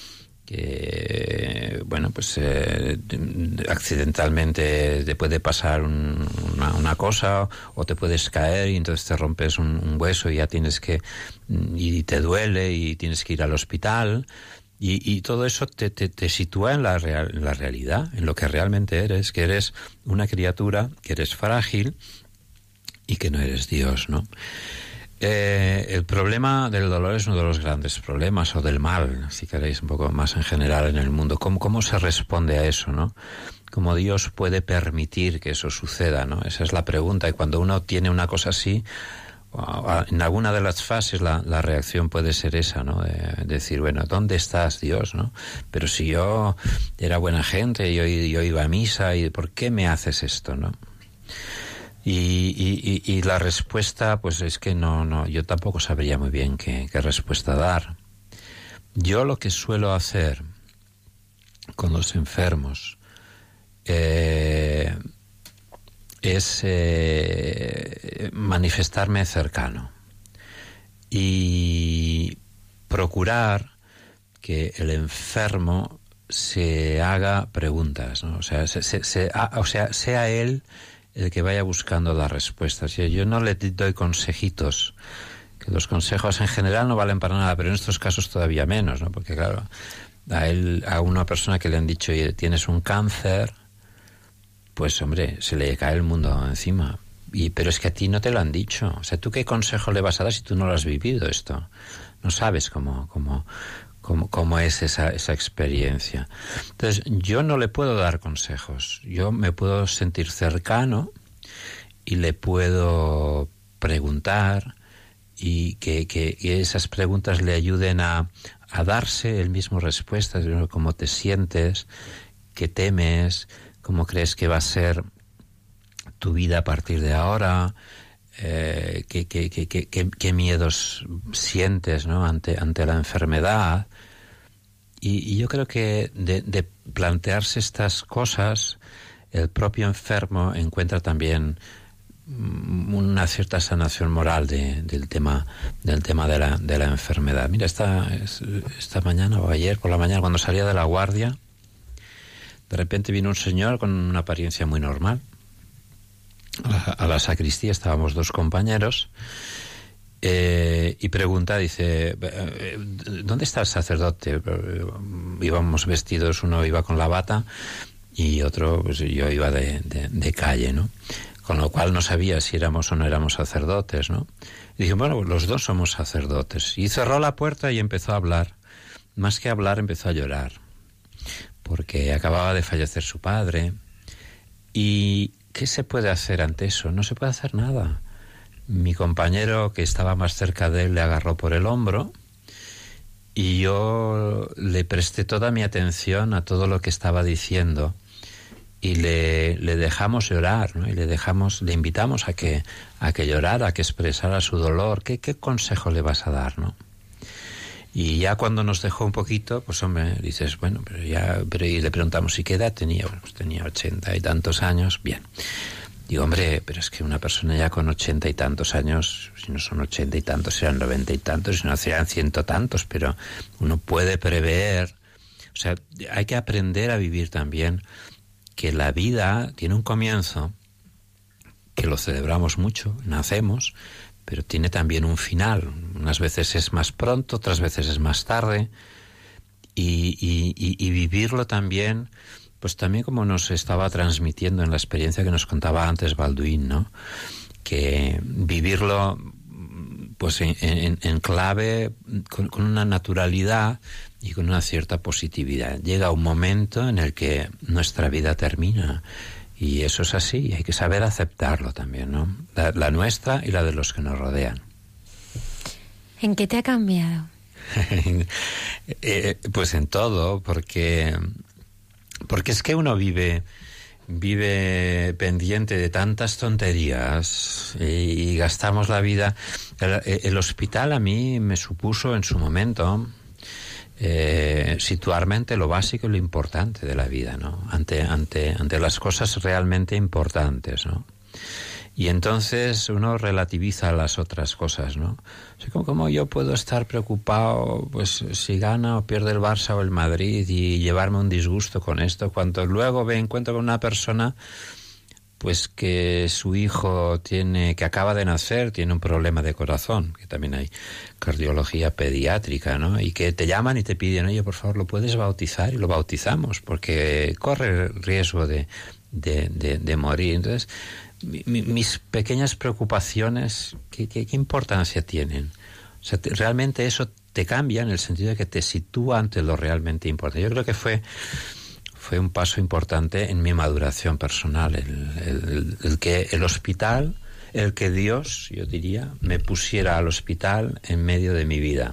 que bueno, pues accidentalmente te puede pasar una cosa, o te puedes caer y entonces te rompes un hueso y ya tienes que, y te duele y tienes que ir al hospital, y todo eso te sitúa en la realidad, en lo que realmente eres, que eres una criatura, que eres frágil y que no eres Dios, ¿no? El problema del dolor es uno de los grandes problemas, o del mal, si queréis, un poco más en general en el mundo. ¿Cómo se responde a eso, no? ¿Cómo Dios puede permitir que eso suceda, no? Esa es la pregunta, y cuando uno tiene una cosa así, en alguna de las fases la reacción puede ser esa, ¿no? De decir, bueno, ¿dónde estás, Dios, no? Pero si yo era buena gente, yo iba a misa, ¿y por qué me haces esto, no? Y la respuesta, pues es que no, yo tampoco sabría muy bien qué respuesta dar. Yo lo que suelo hacer con los enfermos es manifestarme cercano y procurar que el enfermo se haga preguntas, ¿no? O sea, sea él el que vaya buscando las respuestas. Yo no le doy consejitos, que los consejos en general no valen para nada, pero en estos casos todavía menos, ¿no? Porque claro, a una persona que le han dicho, oye, tienes un cáncer, pues hombre, se le cae el mundo encima. Pero es que a ti no te lo han dicho. O sea, ¿tú qué consejo le vas a dar si tú no lo has vivido esto? No sabes cómo es esa experiencia. Entonces, yo no le puedo dar consejos. Yo me puedo sentir cercano y le puedo preguntar, y que esas preguntas le ayuden a darse él mismo respuestas, cómo te sientes, qué temes, cómo crees que va a ser tu vida a partir de ahora, qué miedos sientes, ¿no? ante la enfermedad. Y yo creo que de plantearse estas cosas, el propio enfermo encuentra también una cierta sanación moral del tema de la enfermedad. Mira, esta mañana o ayer por la mañana, cuando salía de la guardia, de repente vino un señor con una apariencia muy normal a la sacristía. Estábamos dos compañeros, y pregunta, dice, ¿dónde está el sacerdote? Íbamos vestidos, uno iba con la bata y otro, pues yo iba de calle, ¿no? Con lo cual no sabía si éramos o no éramos sacerdotes, ¿no? Y dije, bueno, los dos somos sacerdotes. Y cerró la puerta y empezó a hablar. Más que hablar, empezó a llorar, porque acababa de fallecer su padre. ¿Y qué se puede hacer ante eso? No se puede hacer nada. Mi compañero, que estaba más cerca de él, le agarró por el hombro y yo le presté toda mi atención a todo lo que estaba diciendo, y le dejamos llorar, ¿no? Y le invitamos a que llorara, a que expresara su dolor. ¿Qué consejo le vas a dar, no? Y ya cuando nos dejó un poquito, pues hombre, dices, bueno, pero y le preguntamos, ¿y qué edad tenía? Bueno, pues tenía 80 y tantos años. Bien. Digo, hombre, pero es que una persona ya con 80 y tantos años, si no son 80 y tantos, serán 90 y tantos, si no serán 100 tantos, pero uno puede prever. O sea, hay que aprender a vivir también que la vida tiene un comienzo, que lo celebramos mucho, nacemos, pero tiene también un final. Unas veces es más pronto, otras veces es más tarde, y vivirlo también, pues también como nos estaba transmitiendo en la experiencia que nos contaba antes Balduín, ¿no? Que vivirlo pues en clave, con una naturalidad y con una cierta positividad. Llega un momento en el que nuestra vida termina, y eso es así, hay que saber aceptarlo también, ¿no? La nuestra y la de los que nos rodean. ¿En qué te ha cambiado? Pues en todo, porque es que uno vive pendiente de tantas tonterías y gastamos la vida. El hospital a mí me supuso en su momento situarme ante lo básico y lo importante de la vida, ¿no? Ante las cosas realmente importantes, ¿no? Y entonces uno relativiza las otras cosas, ¿no? O sea, ¿cómo yo puedo estar preocupado, pues, si gana o pierde el Barça o el Madrid y llevarme un disgusto con esto, cuando luego me encuentro con una persona, pues, que su hijo que acaba de nacer, tiene un problema de corazón, que también hay cardiología pediátrica, ¿no? Y que te llaman y te piden, oye, por favor, ¿lo puedes bautizar? Y lo bautizamos, porque corre riesgo de morir. Entonces, mis pequeñas preocupaciones, ¿qué importancia tienen? O sea, realmente eso te cambia en el sentido de que te sitúa ante lo realmente importante. Yo creo que fue un paso importante en mi maduración personal, el que el hospital, el que Dios, yo diría, me pusiera al hospital en medio de mi vida.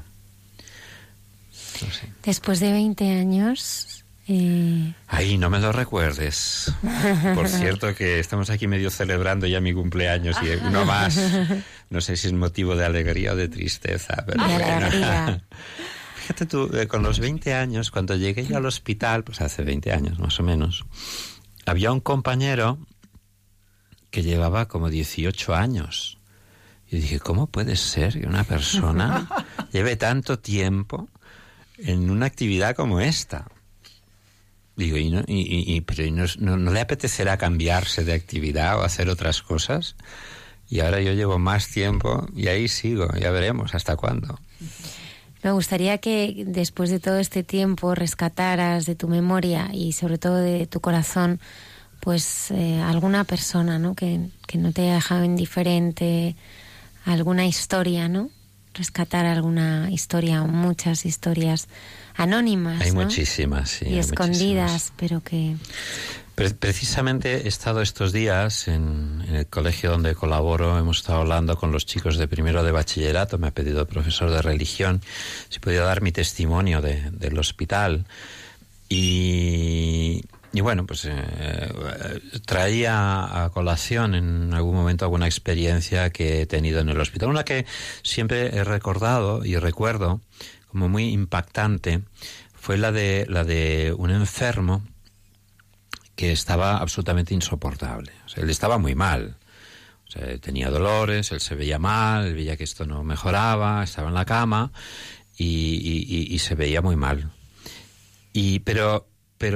No sé. Después de 20 años... Ay, no me lo recuerdes. Por cierto, que estamos aquí medio celebrando ya mi cumpleaños y uno más. No sé si es motivo de alegría o de tristeza, pero bueno. Fíjate tú, con los 20 años, cuando llegué yo al hospital, pues hace 20 años más o menos, había un compañero que llevaba como 18 años. Y dije, ¿cómo puede ser que una persona lleve tanto tiempo en una actividad como esta? Digo, pero ¿no le apetecerá cambiarse de actividad o hacer otras cosas? Y ahora yo llevo más tiempo y ahí sigo, ya veremos hasta cuándo. Me gustaría que después de todo este tiempo rescataras de tu memoria y sobre todo de tu corazón, pues alguna persona, ¿no? Que no te haya dejado indiferente, alguna historia, ¿no? Rescatar alguna historia o muchas historias anónimas, hay, ¿no? Muchísimas, sí. Y escondidas, muchísimas. Pero que... Precisamente he estado estos días en el colegio donde colaboro, hemos estado hablando con los chicos de primero de bachillerato, me ha pedido el profesor de religión si podía dar mi testimonio del hospital y bueno, pues traía a colación en algún momento alguna experiencia que he tenido en el hospital. Una que siempre he recordado y recuerdo como muy impactante fue la de un enfermo que estaba absolutamente insoportable. O sea, él estaba muy mal. O sea, tenía dolores, él se veía mal, él veía que esto no mejoraba, estaba en la cama y se veía muy mal. Pero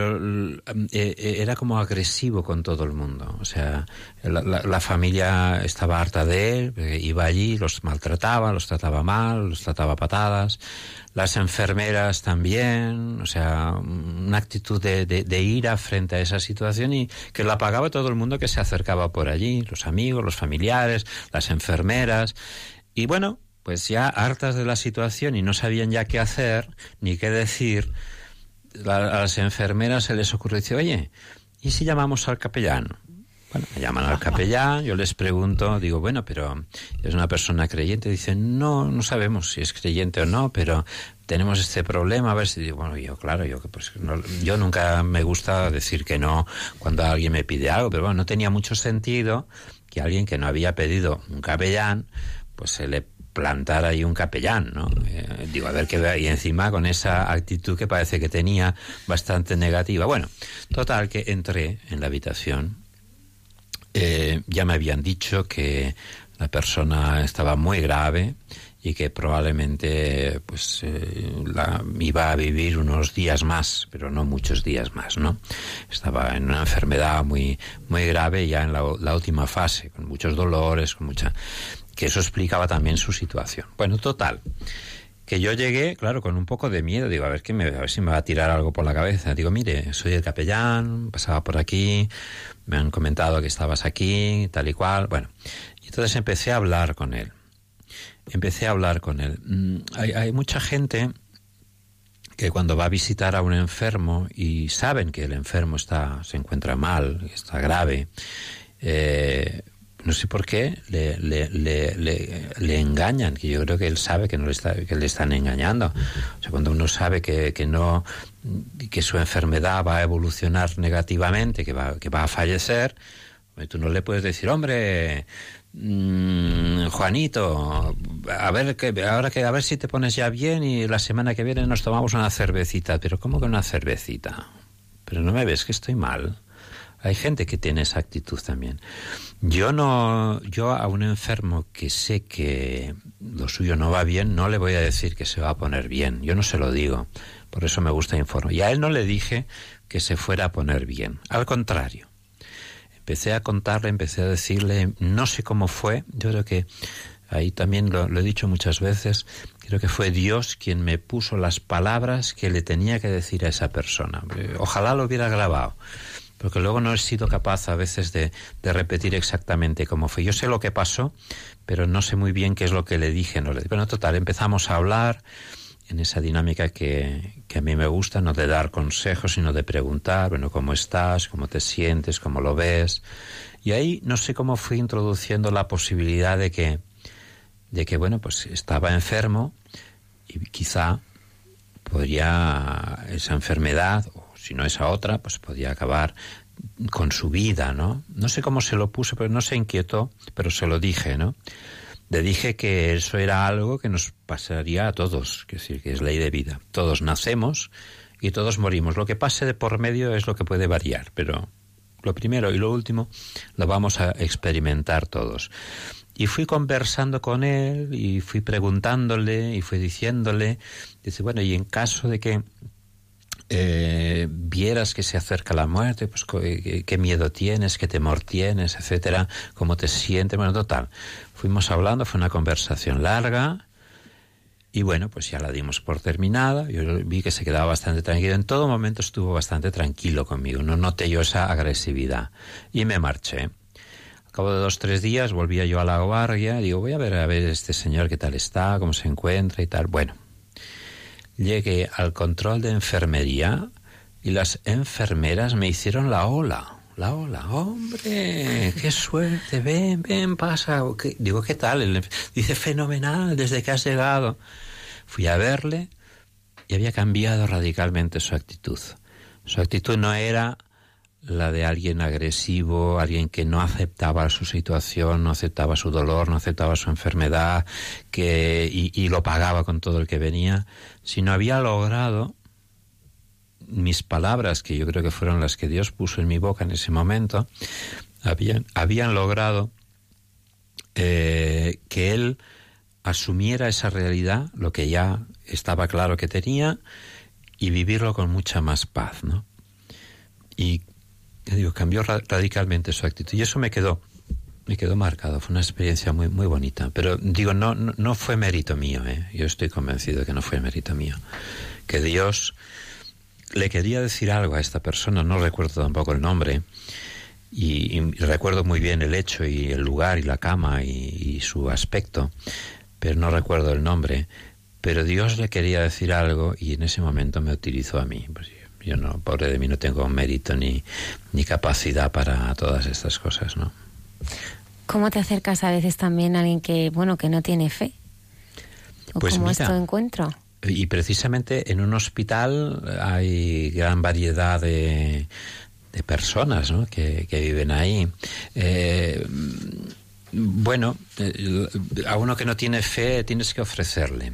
era como agresivo con todo el mundo. O sea, la familia estaba harta de él, iba allí, los maltrataba, los trataba mal, los trataba a patadas. Las enfermeras también, o sea, una actitud de ira frente a esa situación y que la pagaba todo el mundo que se acercaba por allí, los amigos, los familiares, las enfermeras. Y bueno, pues ya hartas de la situación y no sabían ya qué hacer ni qué decir, a las enfermeras se les ocurrió decir, oye, ¿y si llamamos al capellán? Bueno, me llaman al capellán, yo les pregunto, digo, bueno, pero ¿es una persona creyente? Dicen, no sabemos si es creyente o no, pero tenemos este problema, a ver si... Digo, bueno, yo nunca me gusta decir que no cuando alguien me pide algo, pero bueno, no tenía mucho sentido que alguien que no había pedido un capellán, pues se le plantara ahí un capellán, ¿no? Digo, a ver qué ve, y encima con esa actitud que parece que tenía bastante negativa. Bueno, total, que entré en la habitación. Ya me habían dicho que la persona estaba muy grave y que probablemente pues iba a vivir unos días más, pero no muchos días más, ¿no? Estaba en una enfermedad muy muy grave, ya en la última fase, con muchos dolores, que eso explicaba también su situación. Bueno, total, que yo llegué, claro, con un poco de miedo. Digo, a ver si me va a tirar algo por la cabeza. Digo, mire, soy el capellán, pasaba por aquí, me han comentado que estabas aquí, tal y cual. Bueno, y entonces empecé a hablar con él. Hay mucha gente que cuando va a visitar a un enfermo y saben que el enfermo se encuentra mal, está grave, no sé por qué le engañan, que yo creo que él sabe que le están engañando. O sea, cuando uno sabe que su enfermedad va a evolucionar negativamente, que va a fallecer, tú no le puedes decir, hombre, Juanito, a ver si te pones ya bien y la semana que viene nos tomamos una cervecita. Pero ¿cómo que una cervecita? Pero no me ves que estoy mal. Hay gente que tiene esa actitud también. Yo a un enfermo que sé que lo suyo no va bien, no le voy a decir que se va a poner bien. Yo no se lo digo. Por eso me gusta informar. Y a él no le dije que se fuera a poner bien. Al contrario. Empecé a contarle, empecé a decirle, no sé cómo fue. Yo creo que ahí también lo he dicho muchas veces. Creo que fue Dios quien me puso las palabras que le tenía que decir a esa persona. Ojalá lo hubiera grabado, porque luego no he sido capaz a veces de repetir exactamente cómo fue. Yo sé lo que pasó, pero no sé muy bien qué es lo que le dije. Bueno, total, empezamos a hablar en esa dinámica que a mí me gusta, no de dar consejos, sino de preguntar, bueno, ¿cómo estás? ¿Cómo te sientes? ¿Cómo lo ves? Y ahí no sé cómo fui introduciendo la posibilidad de que bueno, pues estaba enfermo y quizá podría esa enfermedad, o si no esa otra, pues podía acabar con su vida, ¿no? No sé cómo se lo puso, pero no se inquietó, pero se lo dije, ¿no? Le dije que eso era algo que nos pasaría a todos, es decir, que es ley de vida. Todos nacemos y todos morimos. Lo que pase de por medio es lo que puede variar, pero lo primero y lo último lo vamos a experimentar todos. Y fui conversando con él y fui preguntándole y fui diciéndole, dice, bueno, y en caso de que vieras que se acerca la muerte, pues qué miedo tienes, qué temor tienes, etcétera, cómo te sientes. Bueno, total, fuimos hablando, fue una conversación larga y bueno, pues ya la dimos por terminada. Yo vi que se quedaba bastante tranquilo, en todo momento estuvo bastante tranquilo conmigo, no noté yo esa agresividad y me marché. Al cabo de 2-3 días volvía yo a la guardia, digo, voy a ver este señor qué tal está, cómo se encuentra y tal. Bueno, llegué al control de enfermería y las enfermeras me hicieron la ola. Hombre, qué suerte, ven, pasa. Digo, ¿qué tal? Dice, fenomenal, desde que has llegado. Fui a verle y había cambiado radicalmente su actitud. Su actitud no era la de alguien agresivo, alguien que no aceptaba su situación, no aceptaba su dolor, no aceptaba su enfermedad, y lo pagaba con todo el que venía, sino había logrado mis palabras, que yo creo que fueron las que Dios puso en mi boca en ese momento, habían logrado que él asumiera esa realidad, lo que ya estaba claro que tenía, y vivirlo con mucha más paz, ¿no? Y cambió radicalmente su actitud y eso me quedó marcado. Fue una experiencia muy, muy bonita, pero no fue mérito mío, yo estoy convencido de que no fue mérito mío, que Dios le quería decir algo a esta persona. No recuerdo tampoco el nombre y recuerdo muy bien el hecho y el lugar y la cama y su aspecto, pero no recuerdo el nombre. Pero Dios le quería decir algo y en ese momento me utilizó a mí. Pues yo no, pobre de mí, no tengo mérito ni capacidad para todas estas cosas, ¿no? ¿Cómo te acercas a veces también a alguien que no tiene fe? ¿O pues cómo mira, es tu encuentro? Y precisamente en un hospital hay gran variedad de personas, ¿no?, que viven ahí. Bueno, a uno que no tiene fe tienes que ofrecerle,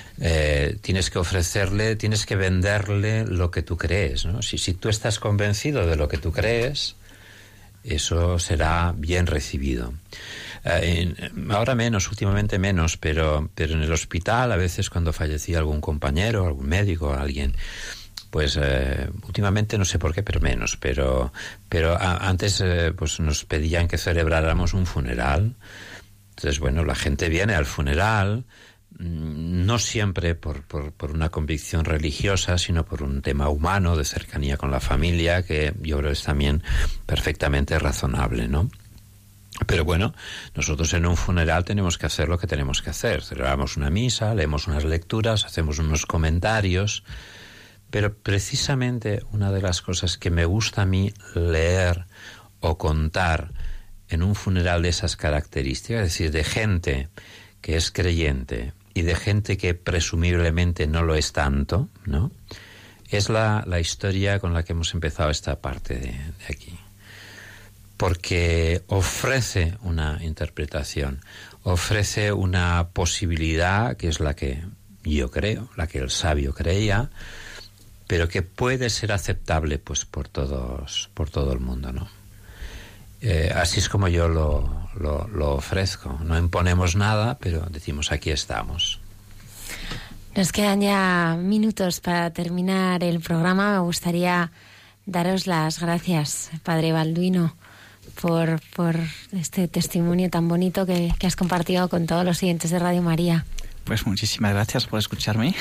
tienes que venderle lo que tú crees, ¿no? Si tú estás convencido de lo que tú crees, eso será bien recibido. Ahora menos, últimamente menos, pero en el hospital a veces cuando fallecía algún compañero, algún médico, alguien, pues últimamente no sé por qué, pero menos, pero antes pues nos pedían que celebráramos un funeral. Entonces, bueno, la gente viene al funeral, no siempre por una convicción religiosa, sino por un tema humano, de cercanía con la familia, que yo creo es también perfectamente razonable, ¿no? Pero bueno, nosotros en un funeral tenemos que hacer lo que tenemos que hacer. Celebramos una misa, leemos unas lecturas, hacemos unos comentarios. Pero precisamente una de las cosas que me gusta a mí leer o contar en un funeral de esas características, es decir, de gente que es creyente y de gente que presumiblemente no lo es tanto, ¿no?, es la historia con la que hemos empezado esta parte de aquí. Porque ofrece una interpretación, ofrece una posibilidad que es la que yo creo, la que el sabio creía, pero que puede ser aceptable pues por todo el mundo, ¿no? Así es como yo lo ofrezco. No imponemos nada, pero decimos aquí estamos. Nos quedan ya minutos para terminar el programa. Me gustaría daros las gracias, Padre Balduino, por este testimonio tan bonito que has compartido con todos los oyentes de Radio María. Pues muchísimas gracias por escucharme.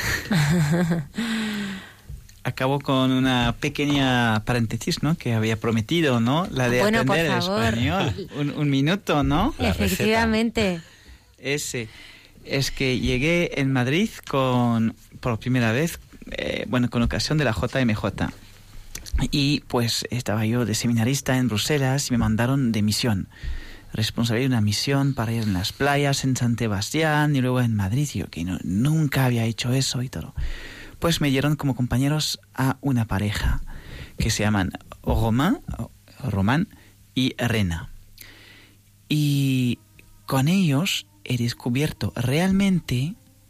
Acabo con una pequeña paréntesis, ¿no? Que había prometido, ¿no? La de aprender el español. Un minuto, ¿no? Efectivamente. Es que llegué en Madrid por primera vez, con ocasión de la JMJ. Y pues estaba yo de seminarista en Bruselas y me mandaron de misión. Responsable de una misión para ir en las playas en San Sebastián y luego en Madrid. Y yo que nunca había hecho eso y todo. Pues me dieron como compañeros a una pareja que se llaman Román y Rena. Y con ellos he descubierto realmente,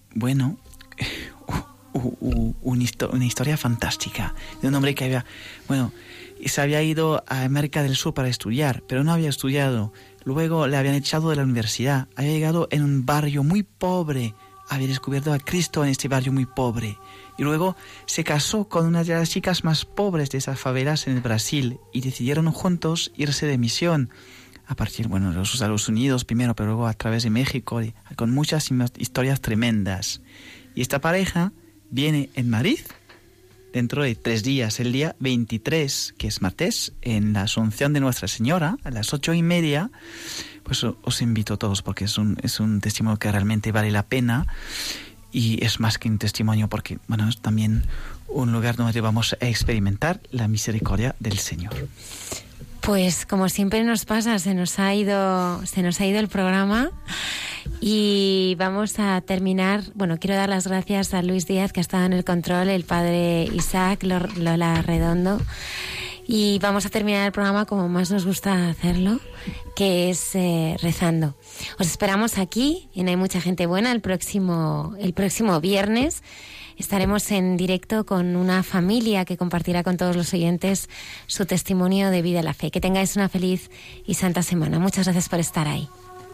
una historia fantástica de un hombre que se había ido a América del Sur para estudiar, pero no había estudiado. Luego le habían echado de la universidad. Había llegado en un barrio muy pobre. Había descubierto a Cristo en este barrio muy pobre. Y luego se casó con una de las chicas más pobres de esas favelas en el Brasil y decidieron juntos irse de misión a partir, de los Estados Unidos primero, pero luego a través de México, con muchas historias tremendas. Y esta pareja viene en Madrid dentro de 3 días, el día 23, que es martes, en la Asunción de Nuestra Señora, a las 8:30. Pues os invito a todos porque es un testimonio que realmente vale la pena. Y es más que un testimonio porque, es también un lugar donde vamos a experimentar la misericordia del Señor. Pues como siempre nos pasa, se nos ha ido el programa y vamos a terminar. Quiero dar las gracias a Luis Díaz, que ha estado en el control, el padre Isaac, Lola Redondo. Y vamos a terminar el programa como más nos gusta hacerlo, que es rezando. Os esperamos aquí, en Hay Mucha Gente Buena, el próximo viernes. Estaremos en directo con una familia que compartirá con todos los oyentes su testimonio de vida a la fe. Que tengáis una feliz y santa semana. Muchas gracias por estar ahí.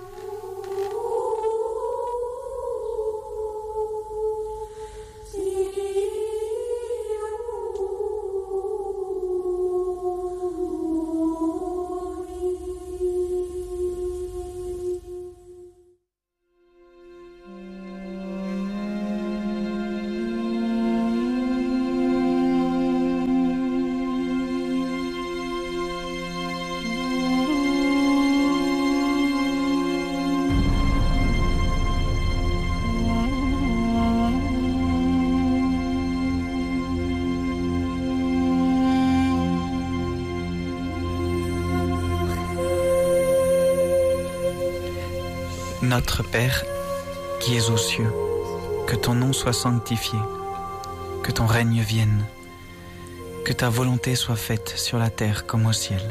Notre Père, qui es aux cieux, que ton nom soit sanctifié, que ton règne vienne, que ta volonté soit faite sur la terre comme au ciel.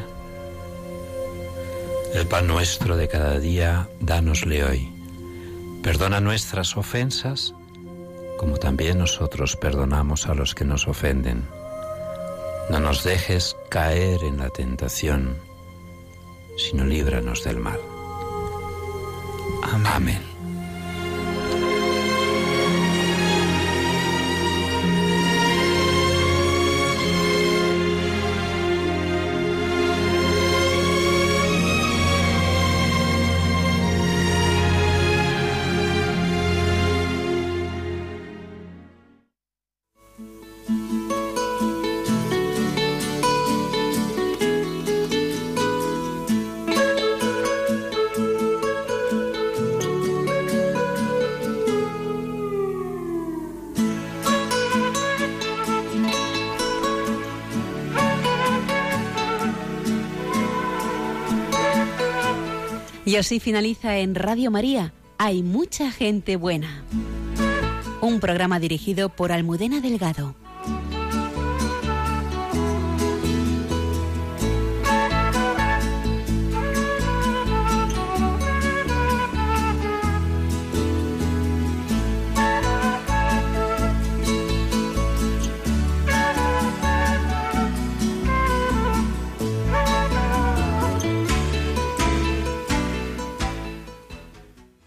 El pan nuestro de cada día, dánosle hoy. Perdona nuestras ofensas, como también nosotros perdonamos a los que nos ofenden. No nos dejes caer en la tentación, sino líbranos del mal. Amén. Y así finaliza en Radio María, Hay Mucha Gente Buena. Un programa dirigido por Almudena Delgado.